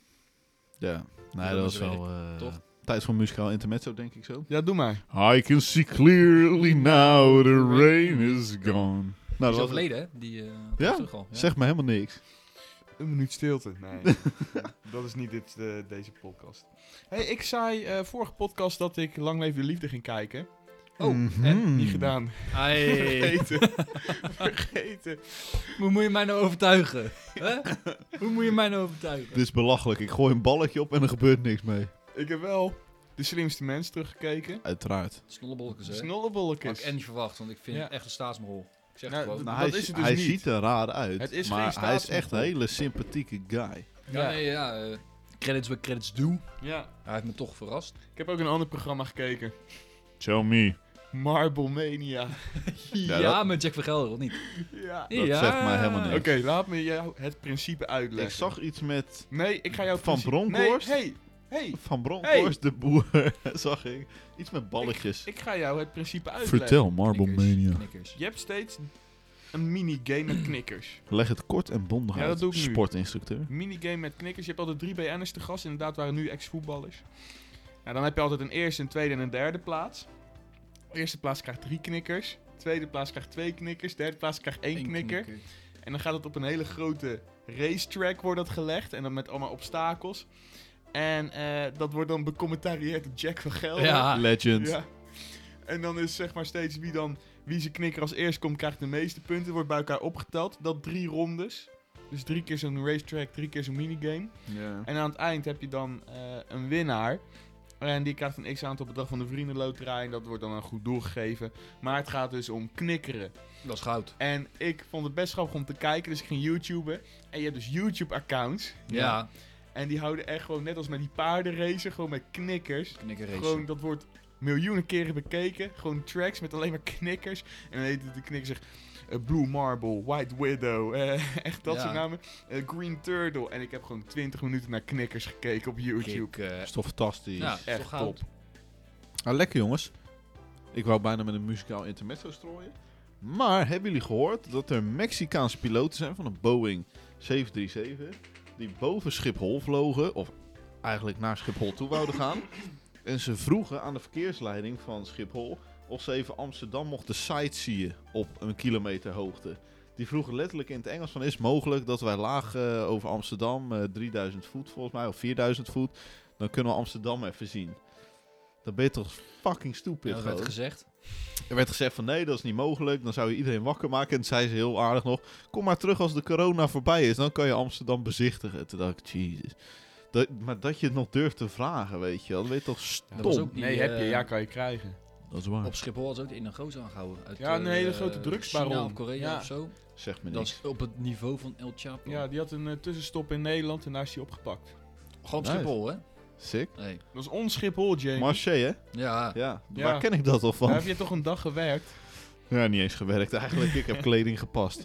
Ja. Nee, dat dat was is wel... werk, eh, toch? Tijd voor muzikaal intermezzo, denk ik zo. ja, doe maar. I can see clearly now the rain is gone. Nou, Die dat is was overleden, hè? Die, uh, Ja? terug al. Ja. Zeg me helemaal niks. Een minuut stilte. Nee, dat is niet dit, uh, deze podcast. Hey, ik zei uh, vorige podcast dat ik Lang Leef de Liefde ging kijken. Oh, Mhm. En niet gedaan. Ai. Vergeten. Vergeten. Hoe moet je mij nou overtuigen? Hè? Hoe moet je mij nou overtuigen? Dit is belachelijk. Ik gooi een balletje op en er gebeurt niks mee. Ik heb wel De Slimste Mens teruggekeken. Uiteraard. Snollebolletjes, hè? Snollebolletjes. Had ik echt niet verwacht, want ik vind Ja. het echt een staatsmorrol. Ik zeg Nou, het gewoon. d- Nou, dat hij is het dus hij niet. ziet er raar uit. Het is maar geen hij is echt een staatsmonster. hele sympathieke guy. Ja, nee, ja. Uh, credits where credits due. Ja. Hij heeft me toch verrast. Ik heb ook een ander programma gekeken. Show me. Marble Mania. Ja, Ja, dat- met Jack Vergelder, of niet? Ja. Dat zegt mij helemaal niks. Oké, laat me jou het principe uitleggen. Ik zag iets met Nee, ik ga jou... het Van principe- Bronckhorst? Nee, hey, hey. Van Bronckhorst, de boer, zag ik. Iets met balletjes. Ik ga jou het principe uitleggen. Vertel, Marble Knikkers, Mania. knikkers. Je hebt steeds een minigame met knikkers. Leg het kort en bondig Ja, uit. dat doe ik nu. Sportinstructeur. Minigame met knikkers. Je hebt altijd drie B N'ers te gast. Inderdaad, waren nu ex-voetballers. Nou, dan heb je altijd een eerste, een tweede en een derde plaats. Eerste plaats krijgt drie knikkers. Tweede plaats krijgt twee knikkers. Derde plaats krijgt één Eén knikker. En dan gaat het op een hele grote racetrack wordt dat gelegd. En dan met allemaal obstakels. En eh, dat wordt dan becommentarieerd door Jack van Gelder. Ja. Legend. Ja. En dan is zeg maar steeds wie dan wie zijn knikker als eerst komt, krijgt de meeste punten. Wordt bij elkaar opgeteld. Dat drie rondes. Dus drie keer zo'n racetrack, drie keer zo'n minigame. Ja. En aan het eind heb je dan eh, een winnaar. En die krijgt een x-aantal bedrag van de vriendenloterij. En dat wordt dan een goed doel gegeven. Maar het gaat dus om knikkeren. Dat is goud. En ik vond het best grappig om te kijken. Dus ik ging YouTuben. En je hebt dus YouTube-accounts. Ja. En die houden echt gewoon, net als met die paardenracen, gewoon met knikkers. Knikkerrace. Gewoon, dat wordt miljoenen keren bekeken. Gewoon tracks met alleen maar knikkers. En dan heet het de knikker zegt eh, Blue Marble, White Widow, eh, echt dat Ja. soort namen. Eh, Green Turtle. En ik heb gewoon twintig minuten naar knikkers gekeken op YouTube. Kik, uh, is toch fantastisch. ja, is Echt toch goud. top. Ah, lekker jongens. Ik wou bijna met een muzikaal intermezzo strooien. Maar hebben jullie gehoord dat er Mexicaanse piloten zijn van een Boeing zeven drie zeven... die boven Schiphol vlogen, of eigenlijk naar Schiphol toe wouden gaan. En ze vroegen aan de verkeersleiding van Schiphol of ze even Amsterdam mochten sightseeën op een kilometer hoogte. Die vroegen letterlijk in het Engels van, is het mogelijk dat wij laag uh, over Amsterdam, uh, drieduizend voet volgens mij, of vierduizend voet, dan kunnen we Amsterdam even zien. Dan ben je toch fucking stupid Ja, dat werd gewoon. gezegd. Er werd gezegd van nee, dat is niet mogelijk. Dan zou je iedereen wakker maken. En toen zei ze heel aardig nog, kom maar terug als de corona voorbij is. Dan kan je Amsterdam bezichtigen. Toen dacht ik, jezus. Dat, maar dat je het nog durft te vragen, weet je wel. Dan ben je toch stom. Dat was ook die, Nee, heb je. eh, Ja, kan je krijgen. Dat is waar. Op Schiphol was ook de ene gozer aangehouden. Uit, Ja, een hele eh, grote drugsbaron. China of Korea Ja. of zo. Zeg me Dat niks. is op het niveau van El Chapo. Ja, die had een eh, tussenstop in Nederland en daar is hij opgepakt. Gewoon op Nice. Schiphol, hè? Sick. Nee. Dat is ons Schiphol, Jamie. Marché, hè? Ja. Ja. Ja. Waar ken ik dat al Daar van? heb je toch een dag gewerkt? Ja, niet eens gewerkt eigenlijk. Ik heb kleding gepast.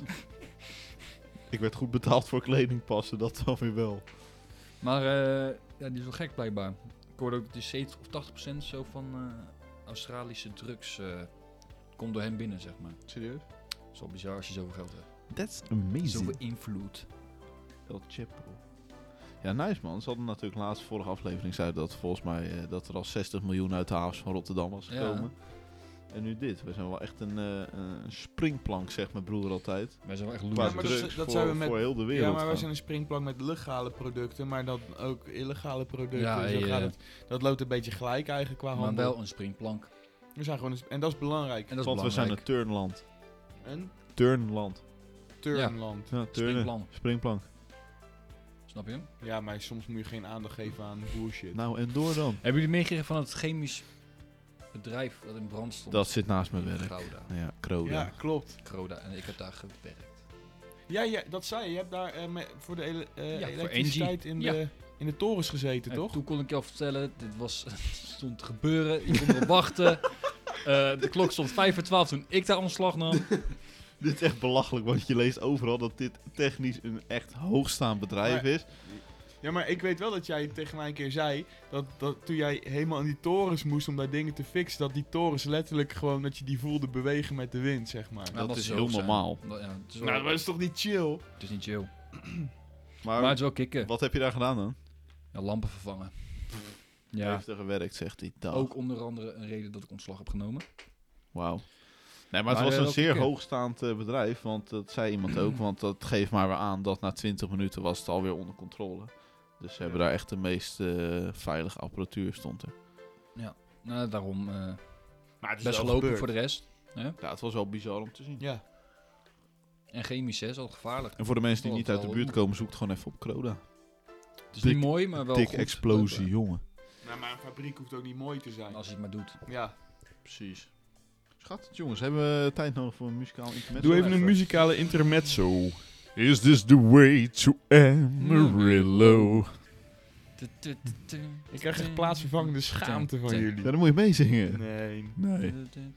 Ik werd goed betaald voor kleding passen. Dat dan weer wel. Maar uh, ja, die is wel gek blijkbaar. Ik hoorde ook dat die zeventig of tachtig procent zo van uh, Australische drugs uh, komt door hem binnen, zeg maar. Serieus? Dat is wel bizar als je zoveel geld hebt. That's amazing. Zoveel invloed. El Chapo. Ja, nice man. Ze hadden natuurlijk laatst vorige aflevering zei dat volgens mij uh, dat er al zestig miljoen uit de havens van Rotterdam was gekomen. Ja. En nu dit. We zijn wel echt een, uh, een springplank, zegt mijn broer altijd. Wij zijn wel echt Qua Ja, maar losers. dat- drugs dat voor, zijn we met- voor heel de wereld. Ja, maar wij gewoon. zijn een springplank met legale producten, maar dat ook illegale producten. Ja, zo hey, gaat eh, het. Dat loopt een beetje gelijk eigenlijk qua Maar handel. wel een springplank. We zijn gewoon een, en dat is belangrijk. En dat is Want we zijn belangrijk. een turnland. Een Turnland. turnland. Ja, turnen. Springplan. Springplank. Snap je hem? Ja. maar soms moet je geen aandacht geven aan bullshit. Nou, en door dan. Hebben jullie meegekregen van het chemisch bedrijf dat in brand stond? Dat zit naast mijn In werk. Gouda. Ja, Croda. Ja, klopt. Croda. En ik heb daar gewerkt. Ja, ja, dat zei je. Je hebt daar eh, me- voor de ele- eh, Ja, voor elektriciteit in, Ja. de, in de torens gezeten, En toch? toen kon ik je al vertellen, dit was, stond te gebeuren. Je kon erop wachten. Eh, de klok stond vijf voor twaalf toen ik daar ontslag nam. Dit is echt belachelijk, want je leest overal dat dit technisch een echt hoogstaand bedrijf Maar- is. Ja, maar ik weet wel dat jij tegen mij een keer zei... Dat, dat toen jij helemaal in die torens moest om daar dingen te fixen... dat die torens letterlijk gewoon... dat je die voelde bewegen met de wind, zeg maar. Ja, dat is zo heel zijn. normaal. Dat, ja, het, is wel, Nou, maar dat is toch niet chill? het is niet chill. Maar, Maar het is wel kicken. wat heb je daar gedaan dan? Ja, lampen vervangen. Ja. Ja, Heeft er gewerkt, zegt hij. Dag. ook onder andere een reden dat ik ontslag heb genomen. Wauw. Nee, maar het Maar, was eh, een wel zeer kicken. hoogstaand eh, bedrijf, want dat zei iemand ook. Want dat geeft maar weer aan dat na twintig minuten was het alweer onder controle. Dus ze hebben daar echt de meest eh, veilige apparatuur stond er. Nou, daarom eh, Maar het is best wel gelopen gebeurd. voor de rest. Ja, het was wel bizar om te zien. Ja. En chemisch hè, is altijd gevaarlijk. En voor de mensen die Oh, niet uit de wel. buurt komen, zoek het gewoon even op Croda. Het is Dik- niet mooi, maar wel Dik goed explosie, lopen. jongen. Nou, maar een fabriek hoeft ook niet mooi te zijn. Als je het maar doet. Ja. Precies. Schat, jongens, hebben we tijd nodig voor een muzikaal intermezzo? Doe even een muzikale intermezzo. Is this the way to Amarillo? Ik krijg echt plaatsvervangende schaamte van jullie. Ja, dan moet je meezingen. Nee. Nee.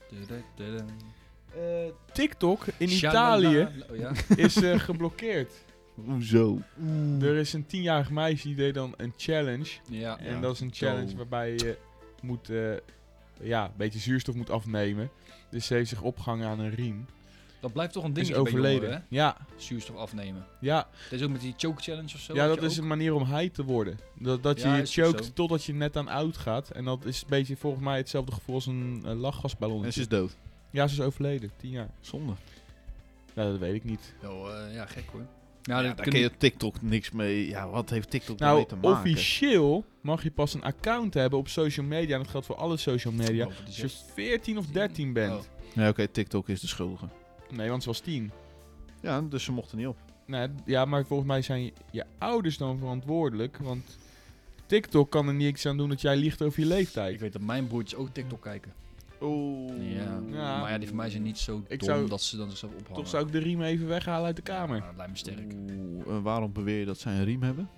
Eh, TikTok in Shalala. Italië Oh, ja? is eh, geblokkeerd. Hoezo? Er is een tienjarig meisje die deed dan een challenge. Ja. En dat is een challenge Zo. waarbij je moet, eh, ja, een beetje zuurstof moet afnemen. Dus ze heeft zich opgehangen aan een riem. Dat blijft toch een Is dingetje bij overleden. jongeren, Ja, hè? Zuurstof afnemen. ja, Dit is ook met die choke challenge of zo. ja had dat je is ook? een manier om high te worden. Dat, dat je Ja, je is ook choked zo. totdat je net aan oud gaat. En dat is een beetje volgens mij hetzelfde gevoel als een uh, lachgasballon. En ze is dood. Ja, ze is overleden. Tien jaar. Zonde. Ja, dat weet ik niet. Oh, eh, ja, gek hoor. Ja, Ja, dit daar kun kun je... je TikTok niks mee. Ja, wat heeft TikTok daarmee Nou, te maken? officieel mag je pas een account hebben op social media. En dat geldt voor alle social media. Over die Als je zes- veertien of dertien bent. Oh. Ja, oké, TikTok is de schuldige. Nee, want ze was tien. Ja, dus ze mochten niet op. Nee, ja, maar volgens mij zijn je, je ouders dan verantwoordelijk. Want TikTok kan er niks aan doen dat jij liegt over je Ik leeftijd. weet dat mijn broertjes ook TikTok kijken. Oeh. Ja. Ja. Maar ja, die van mij zijn niet zo Ik dom zou- dat ze dan zichzelf ophangen. Toch zou ik de riem even weghalen uit de kamer. Ja, dat lijkt me sterk. Oeh, en waarom beweer je dat zij een riem hebben?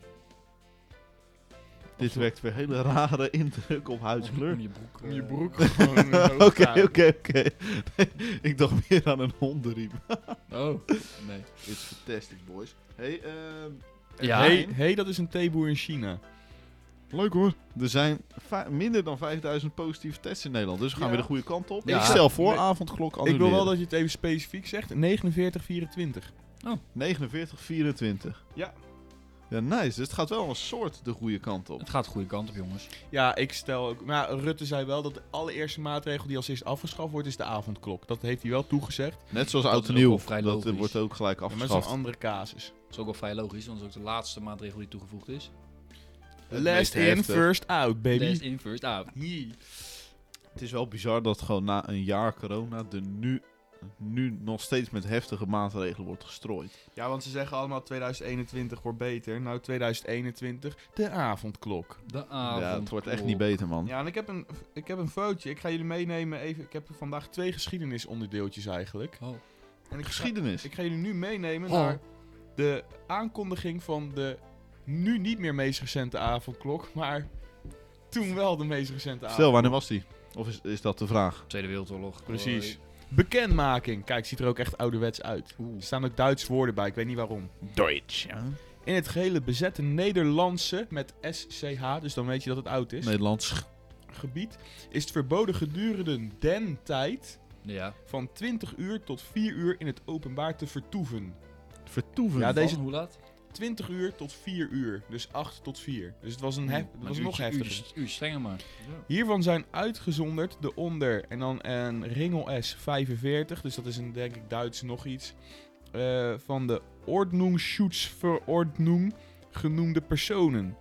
Dit Of- wekt weer hele rare indruk op huidskleur. Om je broek. Om je eh, broek gewoon omhoog Oké, gaan. oké, oké. Ik dacht meer aan een hondenriem. Oh, nee. It's fantastic, boys. Hey, ehm... Ja. Hey, hey, dat is een theeboer in China. Leuk hoor. Er zijn va- minder dan vijfduizend positieve tests in Nederland. Dus we gaan Ja. weer de goede kant op. Ja. Ik stel voor, Nee. avondklok Ik annuleren. wil wel dat je het even specifiek zegt. negenenveertig vierentwintig. negenenveertig vierentwintig. Ja. Ja, nice. Dus het gaat wel een soort de goede kant op. Het gaat de goede kant op, jongens. Ja, ik stel ook... Maar ja, Rutte zei wel dat de allereerste maatregel die als eerst afgeschaft wordt, is de avondklok. Dat heeft hij wel toegezegd. Net zoals Dat oud is en ook nieuw. wel vrij Dat eh, logisch. wordt ook gelijk Ja, maar dat is afgeschaft. een andere casus. Dat is ook wel vrij logisch, want dat is ook de laatste maatregel die toegevoegd is. Het Last meest in, heftig. first out, baby. Last in, first out. Yee. Het is wel bizar dat gewoon na een jaar corona er nu, nu nog steeds met heftige maatregelen wordt gestrooid. Ja, want ze zeggen allemaal tweeduizend eenentwintig wordt beter. Nou, tweeduizend eenentwintig, de avondklok. De avond. ja, het wordt echt niet beter, man. Ja, en ik heb een, ik heb een foutje. Ik ga jullie meenemen even. Ik heb vandaag twee geschiedenisonderdeeltjes eigenlijk. Oh. En ik ga, Geschiedenis. ik ga jullie nu meenemen Oh. naar de aankondiging van de nu niet meer meest recente avondklok, maar toen wel de meest recente avondklok. Stel, wanneer was die? Of is, is dat de vraag? Tweede Wereldoorlog. Precies. Bekendmaking. Kijk, ziet er ook echt ouderwets uit. Oeh. Er staan ook Duitse woorden bij, ik weet niet waarom. Deutsch, ja. In het gehele bezette Nederlandse, met S C H, dus dan weet je dat het oud is, Nederlands. gebied, is het verboden gedurende den tijd Ja. van twintig uur tot vier uur in het openbaar te vertoeven. Vertoeven. Ja, Van, deze- hoe laat? twintig uur tot vier uur, dus acht tot vier. Dus het was, een hef, het Maar was een nog uurtje- heftiger. uurtje- uurtje strenger maar. Hiervan zijn uitgezonderd de onder en dan een Ringel S vijfenveertig, dus dat is een denk ik Duits nog iets, eh, van de Ordnungsschutzverordnung genoemde personen.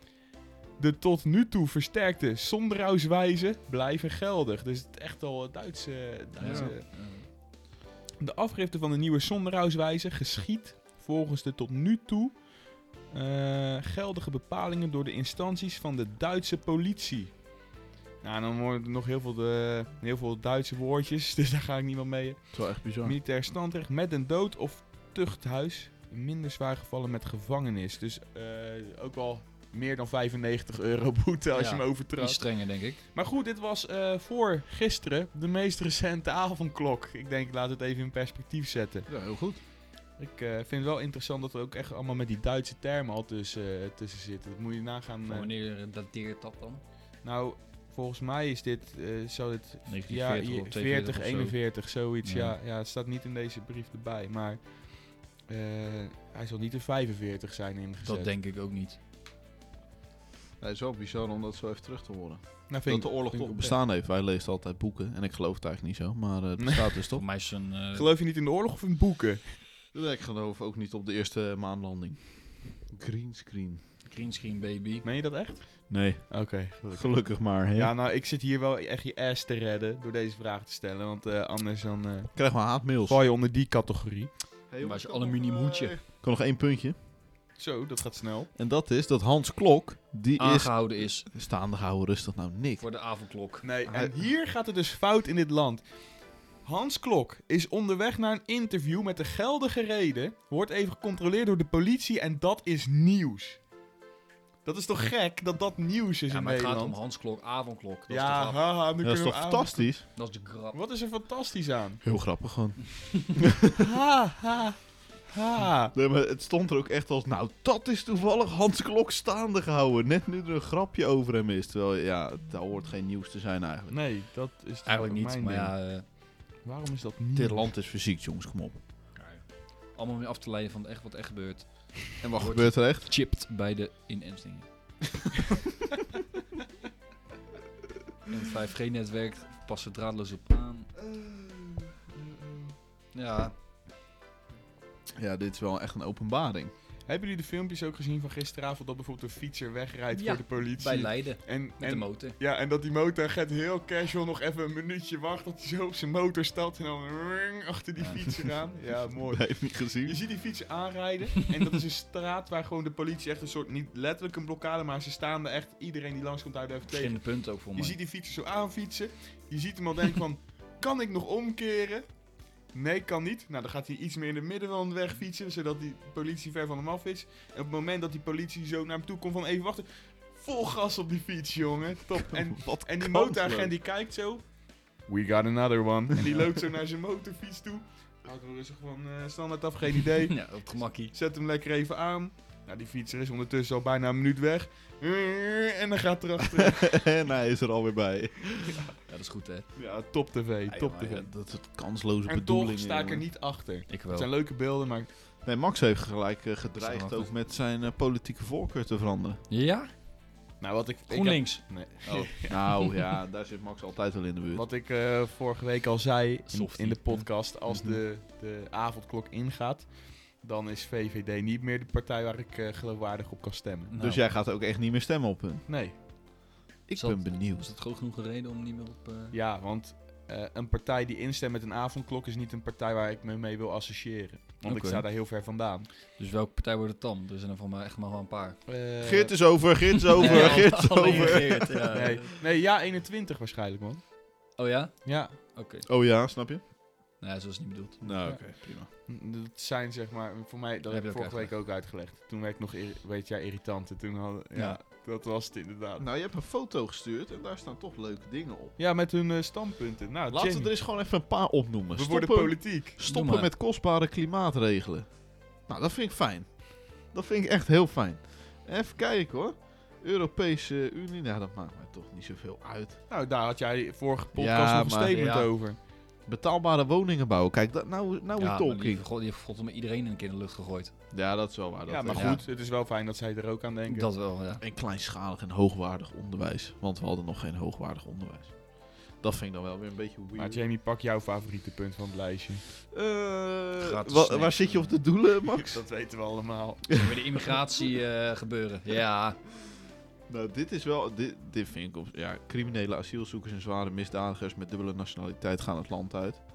De tot nu toe versterkte Sonderhauswijzen blijven geldig. Dus het is echt al Duitse... Duitse. Ja. De afgifte van de nieuwe Sonderhauswijze geschiedt volgens de tot nu toe uh, geldige bepalingen door de instanties van de Duitse politie. Nou, dan worden er nog heel veel, de, heel veel Duitse woordjes, dus daar ga ik niet meer mee. Dat is wel echt bizar. Militair standrecht met een dood of tuchthuis. Minder zwaar gevallen met gevangenis. Dus uh, ook al meer dan vijfennegentig euro boete als Ja, je hem overtrad. Iets strenger, denk ik. Maar goed, dit was uh, voor gisteren de meest recente avondklok. Ik denk, laat het even in perspectief zetten. Ja, heel goed. Ik uh, vind het wel interessant dat er ook echt allemaal met die Duitse termen al tussen, uh, tussen zitten. Dat moet je nagaan. Van Uh, wanneer dateert dat dan? nou, volgens mij is dit, uh, zou dit negentien ja, veertig of je- tweeënveertig veertig, of zo. eenenveertig, zoiets. Ja. Ja. Ja, het staat niet in deze brief erbij, maar uh, hij zal niet in vijfenveertig zijn ingezet. Dat denk ik ook niet. Ja, het is wel bizar om dat zo even terug te horen. Nou, vind Dat ik- de oorlog vind ik toch oprecht. bestaan heeft. Wij lezen altijd boeken. En ik geloof het eigenlijk niet zo. Maar uh, het bestaat dus toch? Voor mij is een uh, Geloof je niet in de oorlog of in boeken? Ik geloof ook niet op de eerste maanlanding. Greenscreen. greenscreen baby. Meen je dat echt? Nee, Oké, gelukkig. gelukkig maar. Hè? Ja, nou, ik zit hier wel echt je ass te redden door deze vraag te stellen. Want uh, anders dan uh, Krijg maar haatmails. val je onder die categorie. Hey, Maar is een aluminium hoedje. Ik kan nog één puntje. Zo, dat gaat snel. En dat is dat Hans Klok, die Aangehouden is is... Staande gehouden, rustig nou, Nick. voor de avondklok. Nee, Hij- en hier gaat het dus fout in dit land. Hans Klok is onderweg naar een interview met de geldige reden. Wordt even gecontroleerd door de politie en dat is nieuws. Dat is toch gek dat dat nieuws is Ja, in maar het gaat Nederland? om Hansklok, avondklok. Dat Ja, is de grap. haha, nu Ja, dat is kunnen toch we aan- fantastisch? Dat is de grap. Wat is er fantastisch aan? Heel grappig gewoon. Ha, ha, ha. Nee, maar het stond er ook echt als, nou, dat is toevallig Hans Klok staande gehouden. Net nu er een grapje over hem is. Terwijl, ja, daar hoort geen nieuws te zijn eigenlijk. Nee, dat is Eigenlijk ook niet, mijn maar ding. ja, uh, Waarom is dat niet? Dit land is fysiek, jongens, kom op. allemaal weer af te leiden van echt wat echt gebeurt. En wat Wordt gebeurt er echt? Chipped bij de inentingen. En het vijf G netwerk passen draadloos op aan. Ja, Ja, dit is wel echt een openbaring. Hebben jullie de filmpjes ook gezien van gisteravond dat bijvoorbeeld een fietser wegrijdt Ja, voor de politie? bij Leiden. En, Met en, de motor. ja, en dat die motoragent heel casual nog even een minuutje wacht dat hij zo op zijn motor stapt en dan ring, achter die fietser aan. Ja, mooi. Nee, niet Je gezien. ziet die fietser aanrijden en dat is een straat waar gewoon de politie echt een soort, niet letterlijk een blokkade, maar ze staan er echt, iedereen die langskomt houdt even tegen. Verschillende punten ook voor Je mij. ziet die fietser zo aanfietsen, je ziet hem al denken van, kan ik nog omkeren? Nee, kan niet. Nou, dan gaat hij iets meer in het midden van de weg fietsen, zodat die politie ver van hem af is. En op het moment dat die politie zo naar hem toe komt van even wachten, vol gas op die fiets, jongen. Top. En, Wat en die kansloos. motoragent die kijkt zo, we got another one. En die loopt zo naar zijn motorfiets toe. Houdt hem rustig van uh, standaard af, geen idee. Ja, op het gemakkie. Zet hem lekker even aan. Nou, die fietser is ondertussen al bijna een minuut weg. En dan gaat erachter. En hij is er alweer bij. Ja, dat is goed hè. Ja, top tv, top Ja, tv. ja, dat is het kansloze En bedoeling. toch sta ik er jongen. niet achter. Ik wel. Het zijn leuke beelden, maar Nee, Max heeft gelijk uh, gedreigd Snap het. ook met zijn uh, politieke voorkeur te veranderen. Ja? nou, wat ik... ik GroenLinks. heb- nee. Oh. Nou ja, daar zit Max altijd wel in de buurt. Wat ik eh, vorige week al zei in, Softie. in de podcast, als Mhm. de, de avondklok ingaat, dan is V V D niet meer de partij waar ik eh, geloofwaardig op kan stemmen. Nou, Dus jij gaat ook echt niet meer stemmen op hun. Nee. Ik Is dat- ben benieuwd. is dat groot genoeg een reden om niet meer op... uh, Ja, want eh, een partij die instemt met een avondklok is niet een partij waar ik me mee wil associëren. Want Oké. ik sta daar heel ver vandaan. Dus welke partij wordt het dan? Er zijn er van mij echt maar wel een paar. Eh, Geert is over, Geert is over, Nee, Geert is alleen over. Geert, ja. Nee, nee, ja, eenentwintig waarschijnlijk, man. Oh ja? Ja, Oké. Oh ja, snap je? Nee, zo is het niet bedoeld. Nou, Ja. oké, prima. dat zijn zeg maar, voor mij, dat Heb heb je ik ook vorige week ook uitgelegd. Toen werd ik nog, irri- weet jij, irritant. En toen hadden, ja, Ja. dat was het inderdaad. Nou, je hebt een foto gestuurd en daar staan toch leuke dingen op. Ja, met hun eh, standpunten. Nou, Laten we Jenny, er eens gewoon even een paar opnoemen. we worden Stoppen, politiek. Doe stoppen maar. met kostbare klimaatregelen. Nou, dat vind ik fijn. Dat vind ik echt heel fijn. Even kijken hoor. Europese Unie, nou dat maakt mij toch niet zoveel uit. Nou, daar had jij vorige podcast Ja, nog een maar- statement ja. over. Betaalbare woningen bouwen. Kijk, dat, nou, nou Ja, we maar die, talking. heeft God- die heeft God met iedereen een keer in de lucht gegooid. Ja, dat is wel waar. Dat Ja, maar is- Ja. goed, het is wel fijn dat zij er ook aan denken. Dat wel, ja. En kleinschalig en hoogwaardig onderwijs. Want we hadden nog geen hoogwaardig onderwijs. Dat vind ik dan wel weer een beetje weird. Maar Jamie, pak jouw favoriete punt van het lijstje. Eh, Gratis wa- snacks. waar zit je op de doelen, Max? Dat weten we allemaal. Bij de immigratie eh, gebeuren. Ja. Nou, dit is wel... Dit, dit vind ik... Op, ja, criminele asielzoekers en zware misdadigers met dubbele nationaliteit gaan het land uit.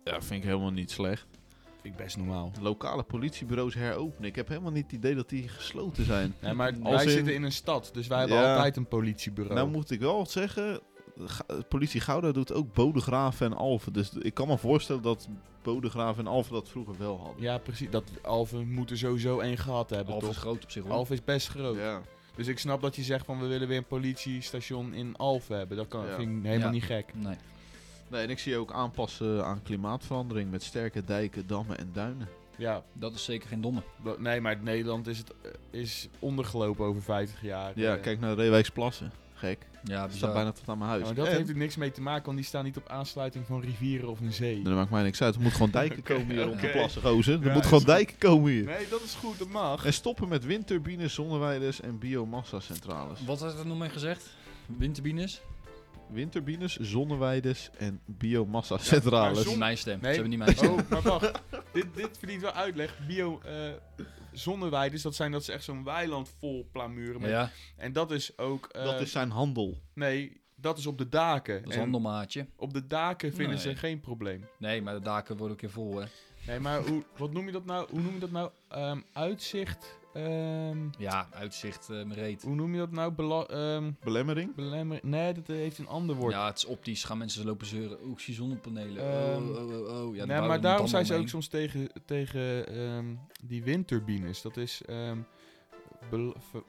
Ja, vind ik helemaal niet slecht. Vind ik best normaal. Lokale politiebureaus heropenen. Ik heb helemaal niet het idee dat die gesloten zijn. Ja, maar Als wij in- zitten in een stad, dus wij hebben Ja. altijd een politiebureau. Nou moet ik wel zeggen, Ga- politie Gouda doet ook Bodegraven en Alphen. Dus ik kan me voorstellen dat Bodegraven en Alphen dat vroeger wel hadden. Ja, precies. Dat Alphen moet er sowieso één gehad hebben, Alphen is toch? groot op zich hoor. Alphen is best groot. Ja. Dus ik snap dat je zegt van we willen weer een politiestation in Alphen hebben. Dat kan, Ja. vind ik helemaal Ja. niet gek. Nee. Nee, en ik zie ook aanpassen aan klimaatverandering met sterke dijken, dammen en duinen. Ja, Dat is zeker geen domme. dat- nee, maar Nederland is, het, eh, is ondergelopen over vijftig jaar. Ja, Eh, kijk naar de Reewijksplassen. Gek. Ja, Dat staat bizar. bijna tot aan mijn huis. Ja, maar dat En- heeft er niks mee te maken, want die staan niet op aansluiting van rivieren of een zee. Dat maakt mij niks uit. Er moet gewoon dijken Oké, komen hier rond de oké. plassen, gozer. Er Ja, moet is gewoon goed. dijken komen hier. Nee, dat is goed, dat mag. En stoppen met windturbines, zonneweiders en biomassa-centrales. Wat had er nog mee gezegd? Windturbines? Windturbines, zonneweiders en biomassa-centrales. Ja, maar Niet mijn stem. Nee. Ze hebben niet mijn stem. Oh, maar wacht. dit, dit verdient wel uitleg. Bio eh zonneweiders, dat zijn dat ze echt zo'n weiland vol plamuren. Met, Ja, En dat is ook... eh, dat is zijn handel. Nee, dat is op de daken. dat is En handelmaatje. op de daken vinden Nee. ze geen probleem. Nee, maar de daken worden een keer vol, hè. Nee, maar hoe, wat noem je dat nou? Hoe noem je dat nou? Ehm, uitzicht? Ehm, Ja, uitzicht, uh, reet. hoe noem je dat nou? Bela ehm, Belemmering? belemmering? Nee, dat heeft een ander woord. Ja, het is optisch. Gaan mensen lopen zeuren. Oeh, ik zie zonnepanelen. Ehm, oh, oh, oh, oh. Ja, nee, maar daarom zijn ze ook soms tegen, tegen ehm, die windturbines. Dat is... ehm, bel- ver-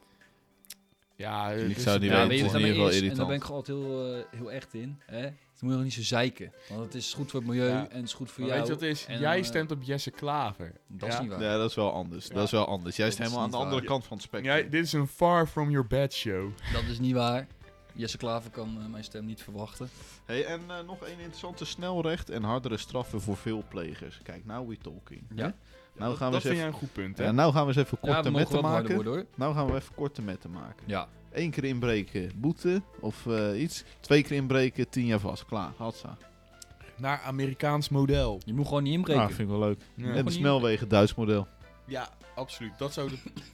ja, Ik het is- zou het niet Ja, weten. weet je Het wat is in daarmee ieder is? geval En daar ben ik irritant. gewoon altijd heel, eh, heel echt in. Hè? Het moet je nog niet zo zeiken. Want het is goed voor het milieu Ja. en het is goed voor Maar jou. weet je wat het is? En, Jij eh, stemt op Jesse Klaver. Dat Ja. is niet waar. Ja, dat is wel anders. Ja. Dat is wel anders. Jij is Dat is helemaal aan de niet andere waar. kant van het spectrum. Jij, dit is een far from your bed show. Dat is niet waar. Jesse Klaver kan eh, mijn stem niet verwachten. Hey, en eh, nog één interessante snelrecht en hardere straffen voor veel plegers. Kijk, now we talking. Ja? Nou dat gaan we dat eens vind even, jij een goed punt, hè? ja, nou gaan we eens even Ja, korte we mogen metten wel harder maken. worden hoor. Nou gaan we even korte metten maken. Ja. Eén keer inbreken, boete of eh, iets. Twee keer inbreken, tien jaar vast. Klaar, hatsa. Naar Amerikaans model. Je moet gewoon niet inbreken. Ah, vind ik wel leuk. Ja, En de niet- snelwegen Duits model. ja absoluut. Dat zou de...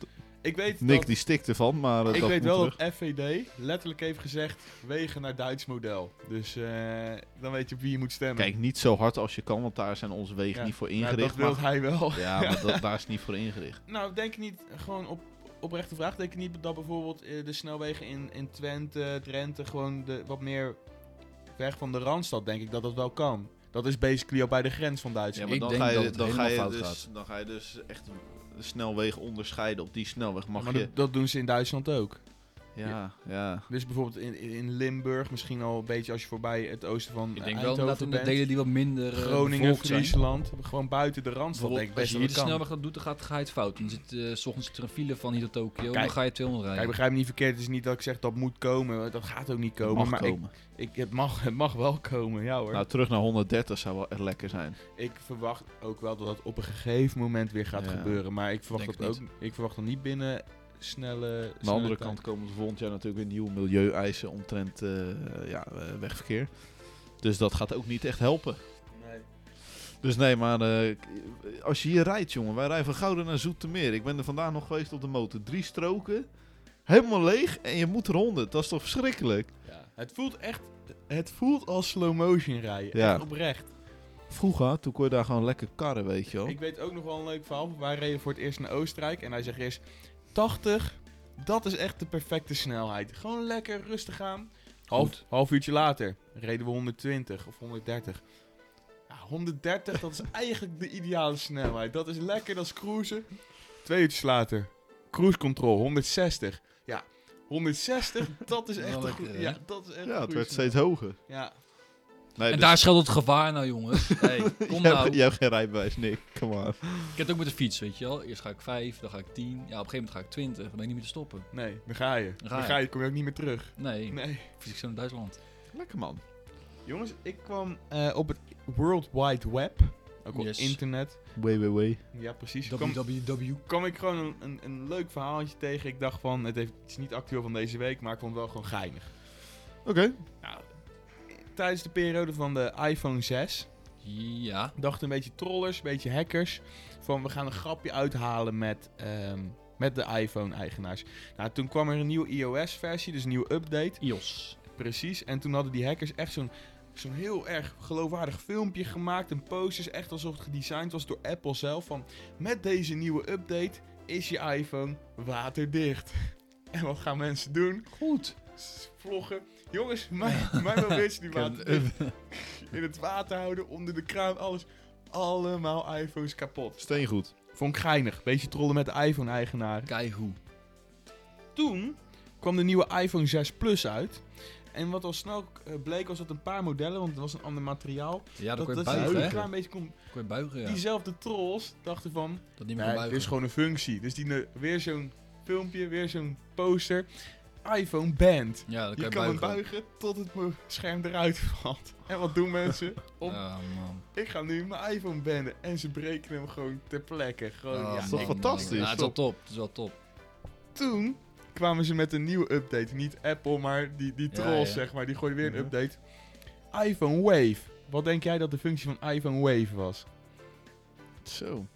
Ik weet, Nick dat, die stikt ervan, maar eh, ik dat weet moet wel terug. dat F V D letterlijk heeft gezegd... wegen naar Duits model. Dus eh, dan weet je op wie je moet stemmen. Kijk, niet zo hard als je kan, want daar zijn onze wegen Ja. niet voor Nou, ingericht. dat wil maar- hij wel. Ja, maar dat, daar is het niet voor ingericht. Nou, denk je niet, gewoon op oprechte vraag, denk je niet dat bijvoorbeeld eh, de snelwegen in, in Twente, Drenthe, gewoon de, wat meer weg van de Randstad, denk ik dat dat wel kan. Dat is basically al bij de grens van Ja, Duitsland. maar Ik dan denk ga je, dat het dan ga helemaal je fout dus, gaat. dan ga je dus echt de snelwegen onderscheiden. Op die snelweg mag maar je... dat, dat doen ze in Duitsland ook. Ja, ja. Dus bijvoorbeeld in, in Limburg, misschien al een beetje als je voorbij het oosten van Ik eh, denk wel Eindhoven dat in de bent. delen die wat minder uh, Groningen, Friesland, gewoon buiten de Randstad, denk ik Als best je dat hier het de kan. snelweg dat doet, dan gaat, ga je het fout. Dan zit uh, 's ochtends er een file van hier tot Tokio, Kijk, dan ga je tweehonderd Kijk, rijden. begrijp me niet verkeerd, het is niet dat ik zeg dat moet komen, dat gaat ook niet komen. mag maar komen. Ik, ik, het, mag, het mag wel komen, ja hoor. Nou, terug naar honderddertig zou wel echt lekker zijn. Ik verwacht ook wel dat dat op een gegeven moment weer gaat Ja. gebeuren. Maar ik verwacht Denk dat het ook. Ik verwacht dan niet binnen snelle. Aan de andere kant komen er volgend jaar natuurlijk weer nieuwe milieueisen omtrent eh, ja, eh, wegverkeer. Dus dat gaat ook niet echt helpen. Nee. Dus nee, maar eh, als je hier rijdt, jongen. Wij rijden van Gouden naar Zoetermeer. Ik ben er vandaag nog geweest op de motor. Drie stroken, helemaal leeg en je moet er honderd. Dat is toch verschrikkelijk? Ja. Het voelt echt. Het voelt als slow motion rijden. Ja. Echt oprecht. Vroeger, toen kon je daar gewoon lekker karren, weet je wel. Ik weet ook nog wel een leuk verhaal. Wij reden voor het eerst naar Oostenrijk. En hij zegt eerst tachtig. Dat is echt de perfecte snelheid. Gewoon lekker rustig aan. Half, half uurtje later reden we honderdtwintig of honderddertig. Ja, honderddertig, dat is eigenlijk de ideale snelheid. Dat is lekker, dat is cruisen. Twee uurtjes later, cruise control, honderdzestig. Ja, honderdzestig, dat is echt Wel een lekker, goed. hè? Ja, dat is echt ja, een het goede werd steeds snelheid. hoger. Ja, Nee, En dus- daar schuilt het gevaar nou, jongens. Hey, kom jij, nou. jij hebt geen rijbewijs, Nick. Come on. Ik heb het ook met de fiets, weet je wel. Eerst ga ik vijf, dan ga ik tien. Ja, op een gegeven moment ga ik twintig. Dan ben ik niet meer te stoppen. nee, dan ga je. Dan ga Dan je. ga je, kom je ook niet meer terug. Nee, Nee. fiets ik zo naar Duitsland. Lekker man. Jongens, ik kwam eh, op het World Wide Web, ook wel Yes. internet. Way, way, way. Ja, precies. Kwam, W W W. kwam ik gewoon een, een, een leuk verhaaltje tegen. Ik dacht van, het, heeft, het is niet actueel van deze week, maar ik vond het wel gewoon geinig. Oké. Nou, tijdens de periode van de iPhone zes Ja. dachten een beetje trollers, een beetje hackers, van we gaan een grapje uithalen met, ehm, met de iPhone-eigenaars. Nou, toen kwam er een nieuwe iOS-versie, dus een nieuwe update. I O S. Precies. En toen hadden die hackers echt zo'n zo'n heel erg geloofwaardig filmpje gemaakt. Een posters, echt alsof het gedesigned was door Apple zelf. Van, met deze nieuwe update is je iPhone waterdicht. En wat gaan mensen doen? Goed. S- Vloggen. Jongens, mijn, mijn mobiel is nu waterdicht. In het water houden, onder de kraan, alles. Allemaal iPhones kapot. Steengoed. Vond ik geinig. Beetje trollen met de iPhone-eigenaren. Keigoed. Toen kwam de nieuwe iPhone zes Plus uit. En wat al snel uh, bleek was dat een paar modellen, want het was een ander materiaal. Ja, dat dat kon je dat ze buigen, een hè? klein beetje kon. Kon je buigen, ja. Diezelfde trolls dachten van, Dat niet meer nee, kon dit buigen. is gewoon een functie. Dus die ne- weer zo'n filmpje, weer zo'n poster. iPhone banned. Ja, dan Je kan kan je hem buigen. buigen tot het mo- scherm eruit valt. En wat doen mensen? Om, Oh, man. ik ga nu mijn iPhone bannen. En ze breken hem gewoon ter plekke. Gewoon, Oh, ja, is toch man, fantastisch? man. Ja, het is wel top. Het is wel top. Toen kwamen ze met een nieuwe update. Niet Apple, maar die, die Ja, trolls, ja. zeg maar. Die gooiden weer een Mhm. update. iPhone Wave. Wat denk jij dat de functie van iPhone Wave was? Zo.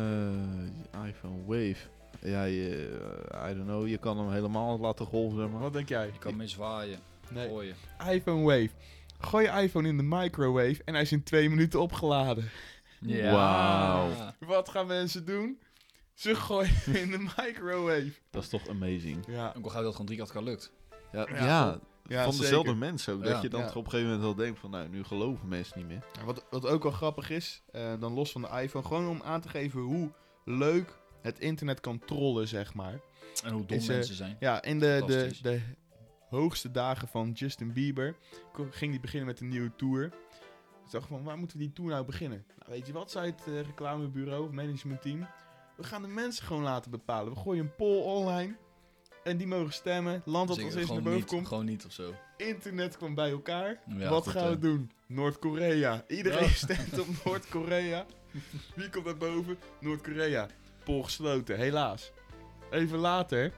Eh, iPhone Wave. Ja, je, eh, I don't know. Je kan hem helemaal laten golven, zeg maar. Wat denk jij? Je kan mee zwaaien, Nee. gooien. iPhone Wave. Gooi je iPhone in de microwave en hij is in twee minuten opgeladen. Ja. Wauw. Wat gaan mensen doen? Ze gooien hem in de microwave. Dat is toch amazing. Ja, Ook al gauw dat gewoon drie keer had gelukt. Ja, Ja, ja, ja van zeker. dezelfde mensen ook. Ja. Dat je dan Ja. toch op een gegeven moment wel denkt van, nou, nu geloven mensen niet meer. Ja, Wat, wat ook wel grappig is, eh, dan los van de iPhone, gewoon om aan te geven hoe leuk het internet kan trollen, zeg maar. En hoe dom Is, eh, mensen zijn. Ja, in de, de, Fantastisch. de hoogste dagen van Justin Bieber ko- ging hij beginnen met een nieuwe tour. Ik dacht van, waar moeten we die tour nou beginnen? Nou, weet je wat, zei het eh, reclamebureau, managementteam. We gaan de mensen gewoon laten bepalen. We gooien een poll online en die mogen stemmen. Land dat Zeker, als eerste naar gewoon boven niet, komt. Gewoon niet of zo. Internet kwam bij elkaar. Ja, Wat goed, gaan we hè. doen? Noord-Korea. Iedereen Ja. stemt op Noord-Korea. Wie komt naar boven? Noord-Korea. Poll gesloten, helaas. Even later,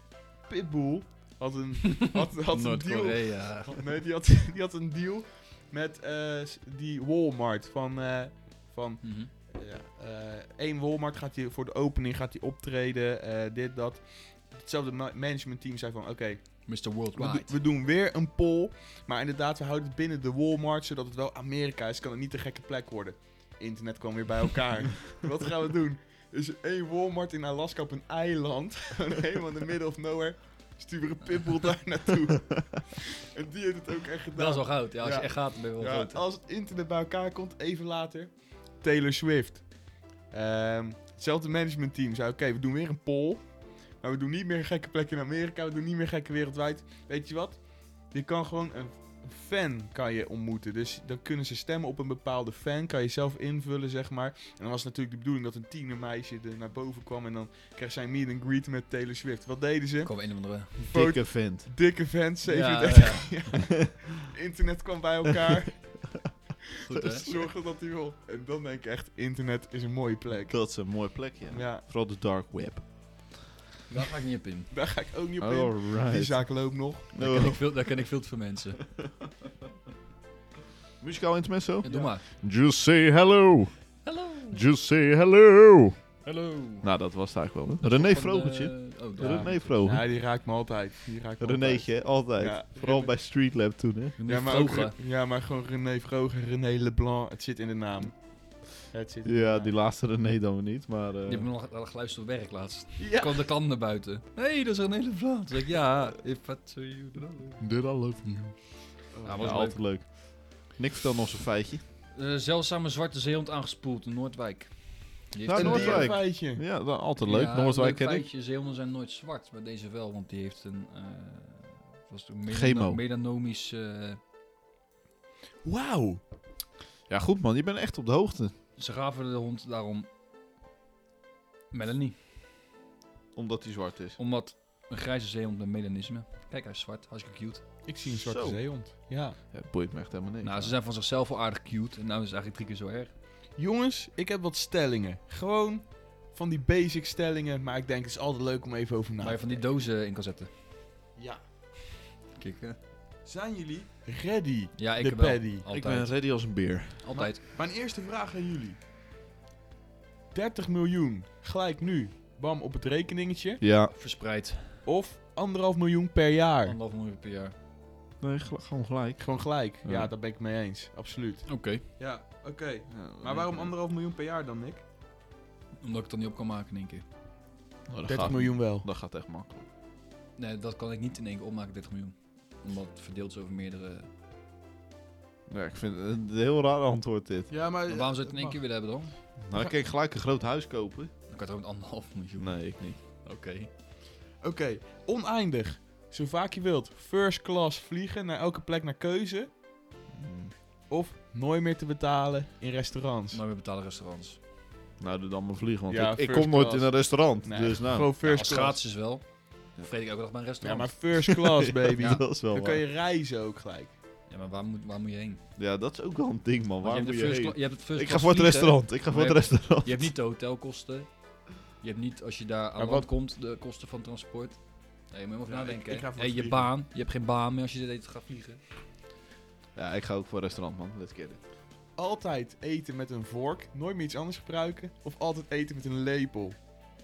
Pitbull had een, had, had een deal. Noord-Korea. Nee, die had, die had een deal met eh, s- die Walmart van... eh, van Mhm. ja, eh, één Walmart gaat hij voor de opening gaat hij optreden, eh, dit, dat. Hetzelfde ma- managementteam zei van, oké, mister we, Worldwide. do- we doen weer een poll. Maar inderdaad, we houden het binnen de Walmart, zodat het wel Amerika is. Kan het niet een gekke plek worden. Internet kwam weer bij elkaar. Wat gaan we doen? Dus één Walmart in Alaska op een eiland. Gewoon helemaal in the middle of nowhere. Sturen Pitbull daar naartoe. En die heeft het ook echt gedaan. Dat is wel goud. Ja, als Ja. je echt gaat, dan ben je wel Ja, groot. als het internet bij elkaar komt, even later. Taylor Swift. Ehm, hetzelfde managementteam zei, oké, we doen weer een poll. Maar we doen niet meer gekke plekken in Amerika. We doen niet meer gekke wereldwijd. Weet je wat? Je kan gewoon een fan kan je ontmoeten. Dus dan kunnen ze stemmen op een bepaalde fan. Kan je zelf invullen, zeg maar. En dan was natuurlijk de bedoeling dat een tienermeisje er naar boven kwam. En dan kreeg zij een meet and greet met Taylor Swift. Wat deden ze? Ik kwam een of andere... Foto- Dikke vent. dikke vent, Ja, zevenendertig ja. jaar. Internet kwam bij elkaar. Goed, hè? Zorg dat hij wil. En dan denk ik echt, internet is een mooie plek. Dat is een mooi plekje. Ja, Vooral de dark web. Daar ga ik niet op in. daar ga ik ook niet op in. Alright. Die zaak loopt nog. Daar ken ik veel, daar ken ik veel te veel mensen. Muzikaal intermezzo? Ja, doe Ja. maar. Just say hello. Hallo. Just say hello. Hallo. Nou, dat was het eigenlijk wel. hè? René Vrogertje. Oh, Ja. René Vroger. Ja, die raakt me altijd. Die raakt me Renéetje, hè, altijd. Ja, Vooral René. bij Streetlab toen, hè. altijd. Ja, maar, ook, Re- ja, maar gewoon René Vroger, René Leblanc. Het zit in de naam. Het zit in de Ja, naam. die laatste René dan weer niet, maar... eh, Die hebben nog al geluisterd op werk laatst. Ja. Kwam de klant naar buiten. Hé, hey, dat is een hele Vlaam. Toen zei ik, ja, if I tell you that I love you. Did I love you? Oh, Ja, Ja, was altijd leuk. Nick, vertel nog eens een feitje. Uh, zeldzame zwarte zeehond aangespoeld in Noordwijk. Die Nou, Een een Noordwijk. dierenfeitje. Ja, dat, altijd leuk. Ja, Noordwijk leuk ken ik. feitje, zeehonden zijn nooit zwart, maar deze wel, want die heeft een... eh was het een Chemo. melano- melanomisch... eh, Wauw. Ja, goed man. Je bent echt op de hoogte. ze gaven de hond daarom Melanie. Omdat hij zwart is. Omdat een grijze zeehond met melanisme... Kijk, hij is zwart, hartstikke cute. Ik zie een zwarte Zo. zeehond. Ja. Ja, boeit me echt helemaal niks. Nou, ze zijn van zichzelf wel aardig cute. En nou is het eigenlijk drie keer zo erg. Jongens, ik heb wat stellingen. Gewoon van die basic stellingen. Maar ik denk het is altijd leuk om even over na Waar je te van die denken. dozen in kan zetten. Ja. Kijk, hè. Zijn jullie ready? Ja, ik De heb wel. paddy. Altijd. Ik ben ready als een beer. Altijd. Mijn eerste vraag aan jullie. dertig miljoen, gelijk nu. Bam, op het rekeningetje. Ja. Verspreid. Of anderhalf miljoen per jaar. Anderhalf miljoen per jaar. Nee, gel- gewoon gelijk. Gewoon gelijk. Ja, Ja. daar ben ik mee eens. Absoluut. Oké. Ja, oké. Ja, Maar waarom anderhalf miljoen per jaar dan, Nick? Omdat ik het dan niet op kan maken in één keer. Oh, dat dertig gaat- miljoen wel. Dat gaat echt makkelijk. Nee, dat kan ik niet in één keer opmaken, dertig miljoen. Omdat het verdeeld is over meerdere... Ja, ik vind het een heel raar antwoord dit. Ja, maar... Maar waarom zou je het in één keer willen hebben dan? Nou, kijk, gelijk een groot huis kopen. Dan kan je toch met anderhalf miljoen? Nee, ik niet. Oké. Oké, oneindig. Zo vaak je wilt. First class vliegen naar elke plek naar keuze. Mm. Of nooit meer te betalen in restaurants. Maar we betalen restaurants. Nou, doe dan maar vliegen, want Ja, ik, ik first kom nooit class. in een restaurant. Nee, dus nou. gewoon Ja, first als class. gratis is wel. Dan vreet ik elke dag bij een Ja, restaurant. maar first class, baby. Ja, dat is wel Dan waar. kan je reizen ook gelijk. Ja, maar waar moet, waar moet je heen? Ja, dat is ook wel een ding, man. Want Waar je, moet hebt je de first heen? cla- je hebt het first Ik ga class voor het vliegen. restaurant. Ik ga voor Maar het restaurant. Je hebt niet de hotelkosten. Je hebt niet, als je daar aan Maar land wat- komt, de kosten van transport. Nee, je moet even Ja, nadenken. ik- ik ga voor hey, je vliegen. baan. Je hebt geen baan meer als je dit gaat vliegen. Ja, ik ga ook voor het restaurant, man. Let's get it. Altijd eten met een vork. Nooit meer iets anders gebruiken. Of altijd eten met een lepel.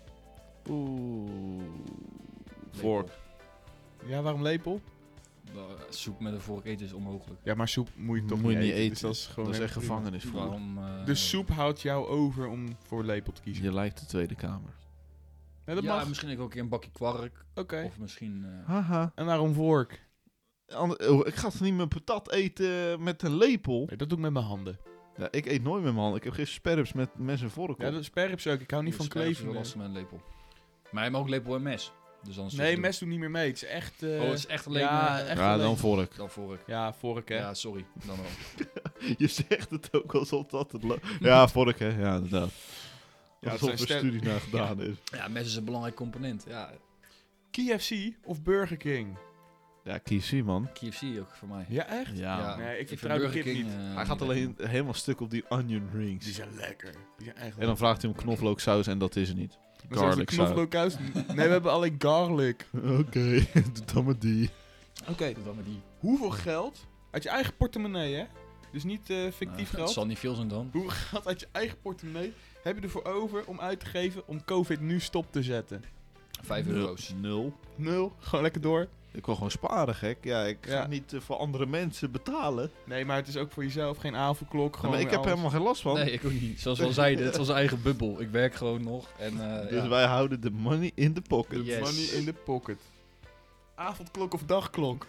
Oeh. Vork. Ja, waarom lepel? Nou, soep met een vork eten is onmogelijk. Ja, maar soep moet je toch Moet je niet niet eten. eten. Dus dat is gewoon Dat is echt helemaal prima. gevangenisvoer. Waarom? eh, De soep houdt jou over om voor lepel te kiezen. Je lijkt de Tweede Kamer. Nee, dat ja, mag. misschien ook een keer een bakje kwark. Oké. Of misschien... eh, Haha. En waarom vork? Ander- oh, ik ga toch niet mijn patat eten met een lepel? Nee, dat doe ik met mijn handen. Ja, ik eet nooit met mijn hand. Ik heb geen sperps met mes en vork op. Ja, dat is perps ook. Ik hou niet van scherp is wel kleven. lastig met een lepel. Maar je mag ook lepel en mes. Dus dan is het Nee, doen. mes doet niet meer mee. Het is echt... eh, Oh, het is echt alleen... ja, eh, echt Ja, alleen- dan vork. Dan vork. Ja, vork hè. Ja, sorry. Dan wel. Je zegt het ook alsof dat het... lo- ja, vork hè. Ja, inderdaad. Ja, het Alsof zijn er ster- studie naar gedaan is. Ja, mes is een belangrijk component. Ja, K F C of Burger King? Ja, K F C, man. K F C ook voor mij. Ja, echt? Ja. Nee, ik vind vertrouw de Burger kip King, niet. eh, Hij gaat niet alleen lekker. helemaal stuk op die onion rings. Die zijn lekker. Die zijn echt En dan lekker. vraagt hij om knoflooksaus en dat is er niet. Dan zeggen ze Garlic saus. knoflooksaus. Nee, we hebben alleen garlic. Oké, doe dan maar die. Oké, Doe dan maar die. hoeveel geld uit je eigen portemonnee, hè? Dus niet eh, fictief Nou, Het geld. zal niet veel zijn dan. Hoeveel geld uit je eigen portemonnee heb je ervoor over om uit te geven om COVID nu stop te zetten? Vijf Nul. euro's. Nul. Nul, gewoon lekker door. Ik wil gewoon sparen, gek. Ja, ik ga Ja. niet eh, voor andere mensen betalen. Nee, maar het is ook voor jezelf geen avondklok. Ja, Gewoon maar ik weer heb alles. helemaal geen last van. Nee, ik ook niet. Zoals we al zeiden, het was een eigen bubbel. Ik werk gewoon nog. En, eh, Dus ja. wij houden de money in the pocket. Yes. Money in the pocket. Avondklok of dagklok?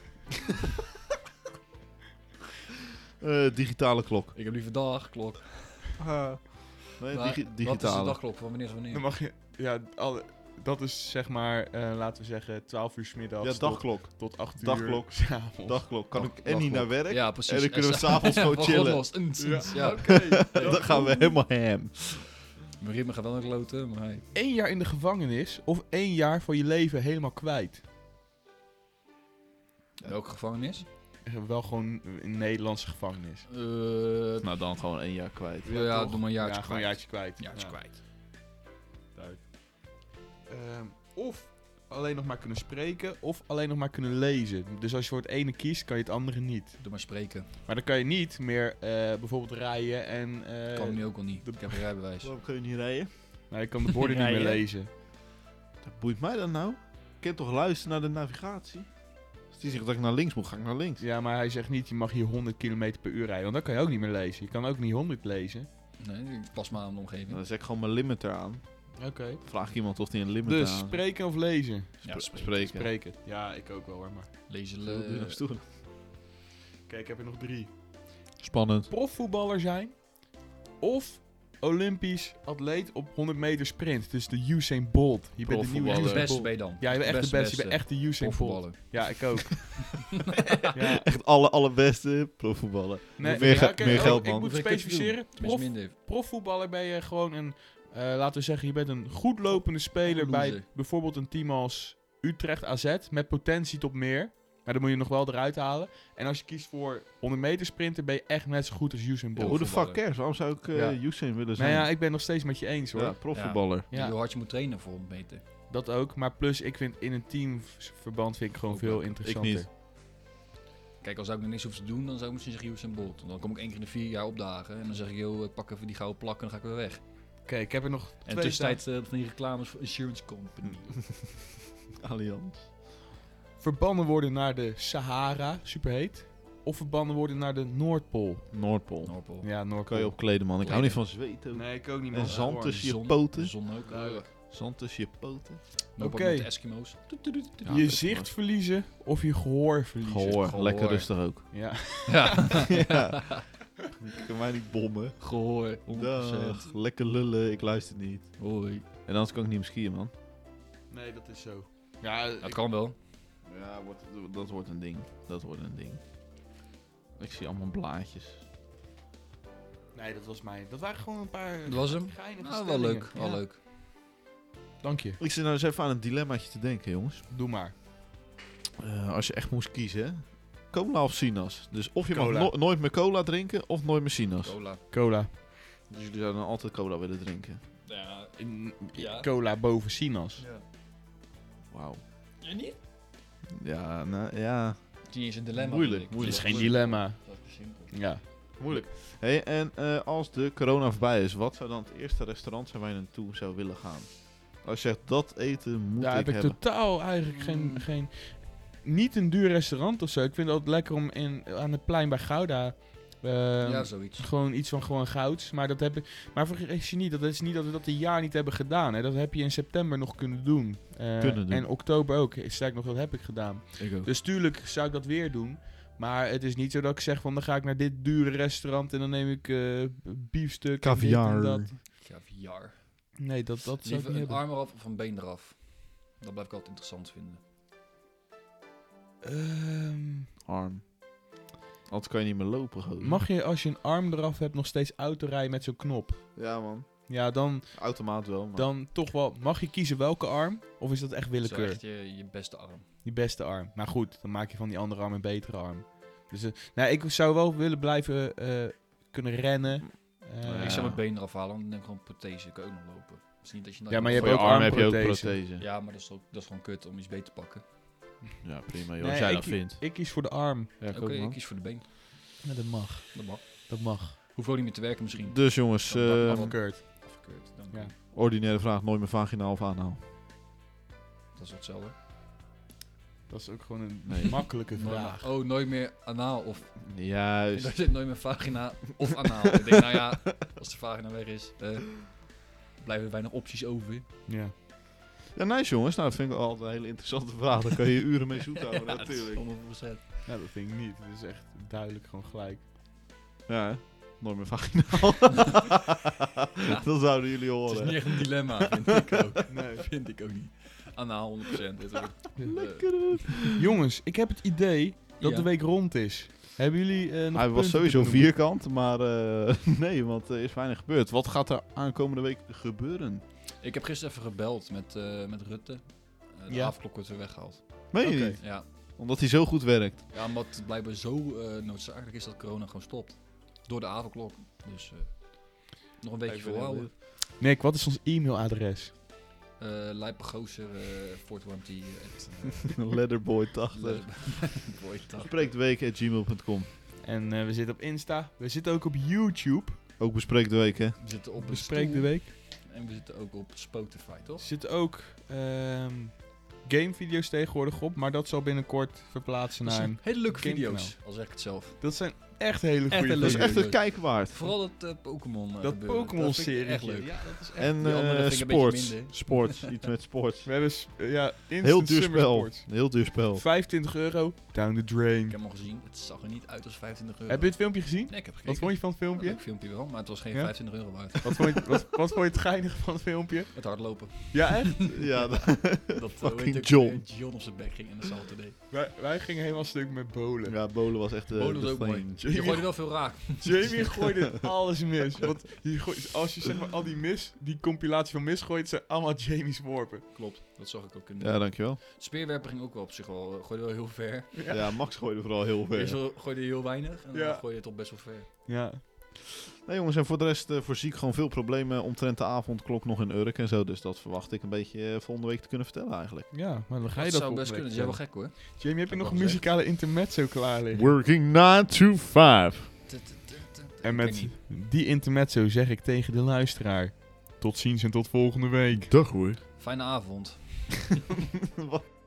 Eh, digitale klok. Ik heb liever dagklok. Nee, Maar digi- Wat is de digitale. dagklok? Van wanneer is wanneer? Dan mag je... Ja, alle, dat is zeg maar, eh, laten we zeggen, twaalf uur 's middags Ja, tot, dagklok. tot acht uur. Dagklok. 's avonds. Dagklok. Kan Dag- ik en niet dagklok. naar werk? Ja, precies. En dan kunnen we sa- s'avonds gewoon van chillen. God los. Een- Ja, ja. oké. Dan gaan we helemaal ham. Mijn ritme gaat wel naar kloten, maar hey. Eén jaar in de gevangenis of één jaar van je leven helemaal kwijt? Welke gevangenis? Eh, Wel gewoon een Nederlandse gevangenis. Eh, Nou, dan gewoon één jaar kwijt. ja, ja, toch? doe maar een jaartje Ja, gewoon een kwijt. jaartje kwijt. Jaartje Ja. kwijt. Ehm, of alleen nog maar kunnen spreken of alleen nog maar kunnen lezen. Dus als je voor het ene kiest, kan je het andere niet. Doe maar spreken. Maar dan kan je niet meer eh, bijvoorbeeld rijden en... eh, kan nu ook al niet. Ik heb een rijbewijs. Waarom kun je niet rijden? nou, je kan de borden niet meer Rijden? lezen. Dat boeit mij dan nou? Ik kan toch luisteren naar de navigatie? Als die zegt dat ik naar links moet, ga ik naar links. Ja, maar hij zegt niet, je mag hier honderd kilometer per uur rijden. Want dan kan je ook niet meer lezen. Je kan ook niet honderd lezen. Nee, ik pas maar aan de omgeving. Dan zet ik gewoon mijn limiter aan. Oké. Vraag ik iemand of hij een limiter Dus, aan spreken of lezen? Ja, Sp- spreken. spreken. Spreken. Ja, ik ook wel hoor, maar... Lezen. Stoer, doe eh, nou stoer. Kijk, ik heb er nog drie. Spannend. Profvoetballer zijn of Olympisch atleet op honderd meter sprint. Dus de Usain Bolt. Je bent de nieuwe Profvoetballer. de Usain beste Bolt. ben je dan. Ja, je bent echt de beste. Je bent echt de Usain Bolt. Profvoetballer. Ja, ik ook. ja. Echt alle allerbeste profvoetballen. Nee, meer ge- ja, oké, meer oh, geld, Ik man. moet Hoeveel kun je specificeren. Tenminste Prof, minder. profvoetballer ben je gewoon een... eh, laten we zeggen, je bent een goed lopende speler Een bij loser. bijvoorbeeld een team als Utrecht A Z. Met potentie tot meer. Maar dan moet je nog wel eruit halen. En als je kiest voor honderd meter sprinten, ben je echt net zo goed als Usain Ja, Bolt. hoe de fuck Profvoetballer. cares? Waarom zou ik eh Ja. Usain willen Nou zijn? ja, ik ben nog steeds met je eens hoor. Ja, profvoetballer. Ja. Hoe hard je moet trainen voor honderd meter. Dat ook. Maar plus, ik vind in een teamverband vind ik gewoon Ook veel leuk. interessanter. Ik niet. Kijk, als ik nog niks hoef te doen, dan zou ik misschien zeggen Usain Bolt. Dan kom ik één keer in de vier jaar opdagen. En dan zeg ik, joh, ik pak even die gouden plak en dan ga ik weer weg. Oké, ik heb er nog En in twee de tussentijd eh, van die reclames voor Insurance Company. Allianz. verbannen worden naar de Sahara, superheet, of verbannen worden naar de Noordpool? Noordpool. Noordpool. Ja, Noordpool. Kan je opkleden, man. Ik hou Kleden. niet van zweten. Nee, ik ook niet, En man. zand Warm. tussen je Zon- poten. Zon ook. Duidelijk. Zand tussen je poten. Loop Oké. ook met de Eskimo's. Ja, Je best zicht wel. verliezen of je gehoor verliezen? Gehoor. Gehoor. Lekker rustig ook. Ja. Ja. Ja. Je kan mij niet bommen. Gehoor. honderd procent. Dag, lekker lullen, ik luister niet. Hoi. En anders kan ik niet meer skiën, man. Nee, dat is zo. Ja, Dat ik- kan wel. Ja, wordt, dat wordt een ding. Dat wordt een ding. Ik zie allemaal blaadjes. nee, dat was mij. Dat waren gewoon een paar Dat was hem. geinige Nou, wel stellingen. leuk. Wel Ja. leuk. Dank je. Ik zit nou eens even aan een dilemmaatje te denken, jongens. Doe maar. Eh, als je echt moest kiezen, hè. Cola of Sinaas. Dus of je Cola. mag no- nooit meer cola drinken, of nooit meer Sinaas. Cola. Cola. Dus jullie zouden dan altijd cola willen drinken. Ja. In- Ja. Cola boven Sinaas. Ja. Wauw. Je niet? Ja, nou, ja. Het is niet eens een dilemma. Moeilijk, vind ik. moeilijk. Het is geen dilemma. Dat is simpel. Ja. Moeilijk. Hey, en eh, als de corona voorbij is, wat zou dan het eerste restaurant zijn waar je naartoe zou willen gaan? Als je zegt, dat eten moet Daar ik heb ik hebben. totaal eigenlijk geen, Mm. geen... Niet een duur restaurant of zo. Ik vind het altijd lekker om in, aan het plein bij Gouda... ehm, Ja, zoiets. gewoon iets van gewoon gouds. Maar dat heb ik... Maar vergeet je niet, dat is niet dat we dat een jaar niet hebben gedaan. Hè. Dat heb je in september nog kunnen doen. Eh, Kunnen doen. En oktober ook. Sterk nog, dat heb ik gedaan. Ik ook. Dus tuurlijk zou ik dat weer doen. Maar het is niet zo dat ik zeg van dan ga ik naar dit dure restaurant en dan neem ik eh biefstuk. en dit Caviar. en dat. Caviar. Nee, dat, dat zou ik Liever niet een hebben. arm eraf of een been eraf. Dat blijf ik altijd interessant vinden. Ehm, Arm. Anders kan je niet meer lopen, gewoon. mag je als je een arm eraf hebt nog steeds autorijden met zo'n knop? Ja, man. Ja, dan, Automaat wel, maar... dan toch wel. Mag je kiezen welke arm? Of is dat echt Zo willekeur? echt je, je beste arm. Die beste arm. Maar goed, dan maak je van die andere arm een betere arm. Dus eh, nou, ik zou wel willen blijven eh, kunnen rennen. Eh, Ja. Ik zou mijn been eraf halen, want dan neem ik gewoon prothese. Kan ook nog lopen. Het is niet dat je Ja, maar je Voor hebt je ook arm heb je ook armprothese. prothese. Ja, Ja, maar dat is, ook, dat is gewoon kut om iets beter te pakken. prima, joh. Nee, Als jij ik, dat vindt. ik kies voor de arm. Ja, ik Oké, ook, ik man. kies voor de been. Ja, dat mag. Dat mag. Dat mag. Hoef ook niet meer te werken misschien. Dus jongens, Dat- dat- eh, dat- Afgekeurd. Afgekeurd, dank Ja. u. ordinaire vraag, nooit meer vaginaal of anaal? Dat is hetzelfde. Dat is ook gewoon een Nee. makkelijke Nooit vraag. meer- oh, nooit meer anaal of... Juist. Er zit nooit meer vagina of anaal. Ik denk, nou ja, als de vagina weg is, eh, blijven er weinig opties over. Ja. Ja, nice jongens. Nou, dat vind ik altijd een hele interessante vraag. Daar kan je uren mee zoet houden, Ja, dat is natuurlijk. honderd procent. Nou, dat vind ik niet. Het is echt duidelijk gewoon gelijk. Ja, hè? Nooit meer vaginaal. Dat zouden jullie Het horen. is niet echt een dilemma, vind ik ook. Nee. Vind ik ook niet. Anaal honderd procent. Dit wordt, Lekker. Jongens, ik heb het idee dat Ja. de week rond is. Hebben jullie eh nog Hij was punten sowieso te noemen? vierkant, maar eh, nee, want er is weinig gebeurd. Wat gaat er aankomende week gebeuren? ik heb gisteren even gebeld met, eh, met Rutte. Eh, de Ja. avondklok wordt weer weggehaald. Meen je Oké. niet? Ja. Omdat hij zo goed werkt. ja, omdat het blijkbaar zo eh, noodzakelijk is dat corona gewoon stopt. Door de avondklok. Dus eh, nog een beetje Ik ben volhouden. Nick, wat is ons e-mailadres? Uh, Lijpengozer, uh, vierhonderdtwintig. Uh, Letterboy tachtig. Boy, Bespreek de week at gmail punt com. En eh, we zitten op Insta. We zitten ook op YouTube. Ook bespreek de week, hè? We zitten op een Bespreek de stoel. week. En we zitten ook op Spotify, Er toch? zitten ook ehm gamevideo's tegenwoordig op. Maar dat zal binnenkort verplaatsen Dat naar zijn een... hele leuke Gamekanaal. video's, al zeg ik het zelf. Dat zijn echt hele Echt goede hele Dat is leuke echt een video's. kijken waard. Vooral dat uh, Pokémon uh, Dat gebeuren. Pokémon-serie. Dat vind ik echt leuk. Ja, dat is echt... En Die andere eh, vind ik een beetje sports. minder. Sports. Iets met sports. We hebben... s- Ja, Heel Instant duur Summer spel. Sports. Heel duur spel. vijfentwintig euro. Down the drain. Ik heb hem al gezien. Het zag er niet uit als vijfentwintig euro. Heb je het filmpje gezien? Nee, ik heb gekeken. Wat vond je van het Een filmpje? leuk filmpje wel, maar het was geen Ja? vijfentwintig euro waard. Wat vond je, wat, wat vond je het geinige van het filmpje? Het hardlopen. Ja, echt? Ja, dat- Dat Fucking uh, John. John op zijn bek ging en de salto deed. wij, wij gingen helemaal stuk met bolen. ja, bolen was echt... eh, Bolen was de ook mooi. thing. Je gooide wel veel raak. Jamie gooide alles mis. Want je gooit, als je zeg maar al die mis, die compilatie van mis gooit, zijn allemaal Jamie's worpen. Klopt, dat zag ik ook in de... Ja, dankjewel. Speerwerpen ging ook wel op zich wel, uh, gooide wel heel ver. Ja. Ja, Max gooide vooral heel Eerst ver. wel gooide je heel weinig en dan Ja. gooi je het toch best wel ver. Ja. Nee jongens, en voor de rest uh, voorzie ik gewoon veel problemen omtrent de avondklok nog in Urk en zo. Dus dat verwacht ik een beetje uh, volgende week te kunnen vertellen eigenlijk. Ja, maar dan ga je dat dat zou best kunnen, dat is wel gek hoor. Jamie, heb je Kan nog wel een muzikale intermezzo klaar liggen? Working nine to five. En Ik met weet niet. die intermezzo zeg ik tegen de luisteraar. Tot ziens en tot volgende week. Dag hoor. Fijne avond. Wat?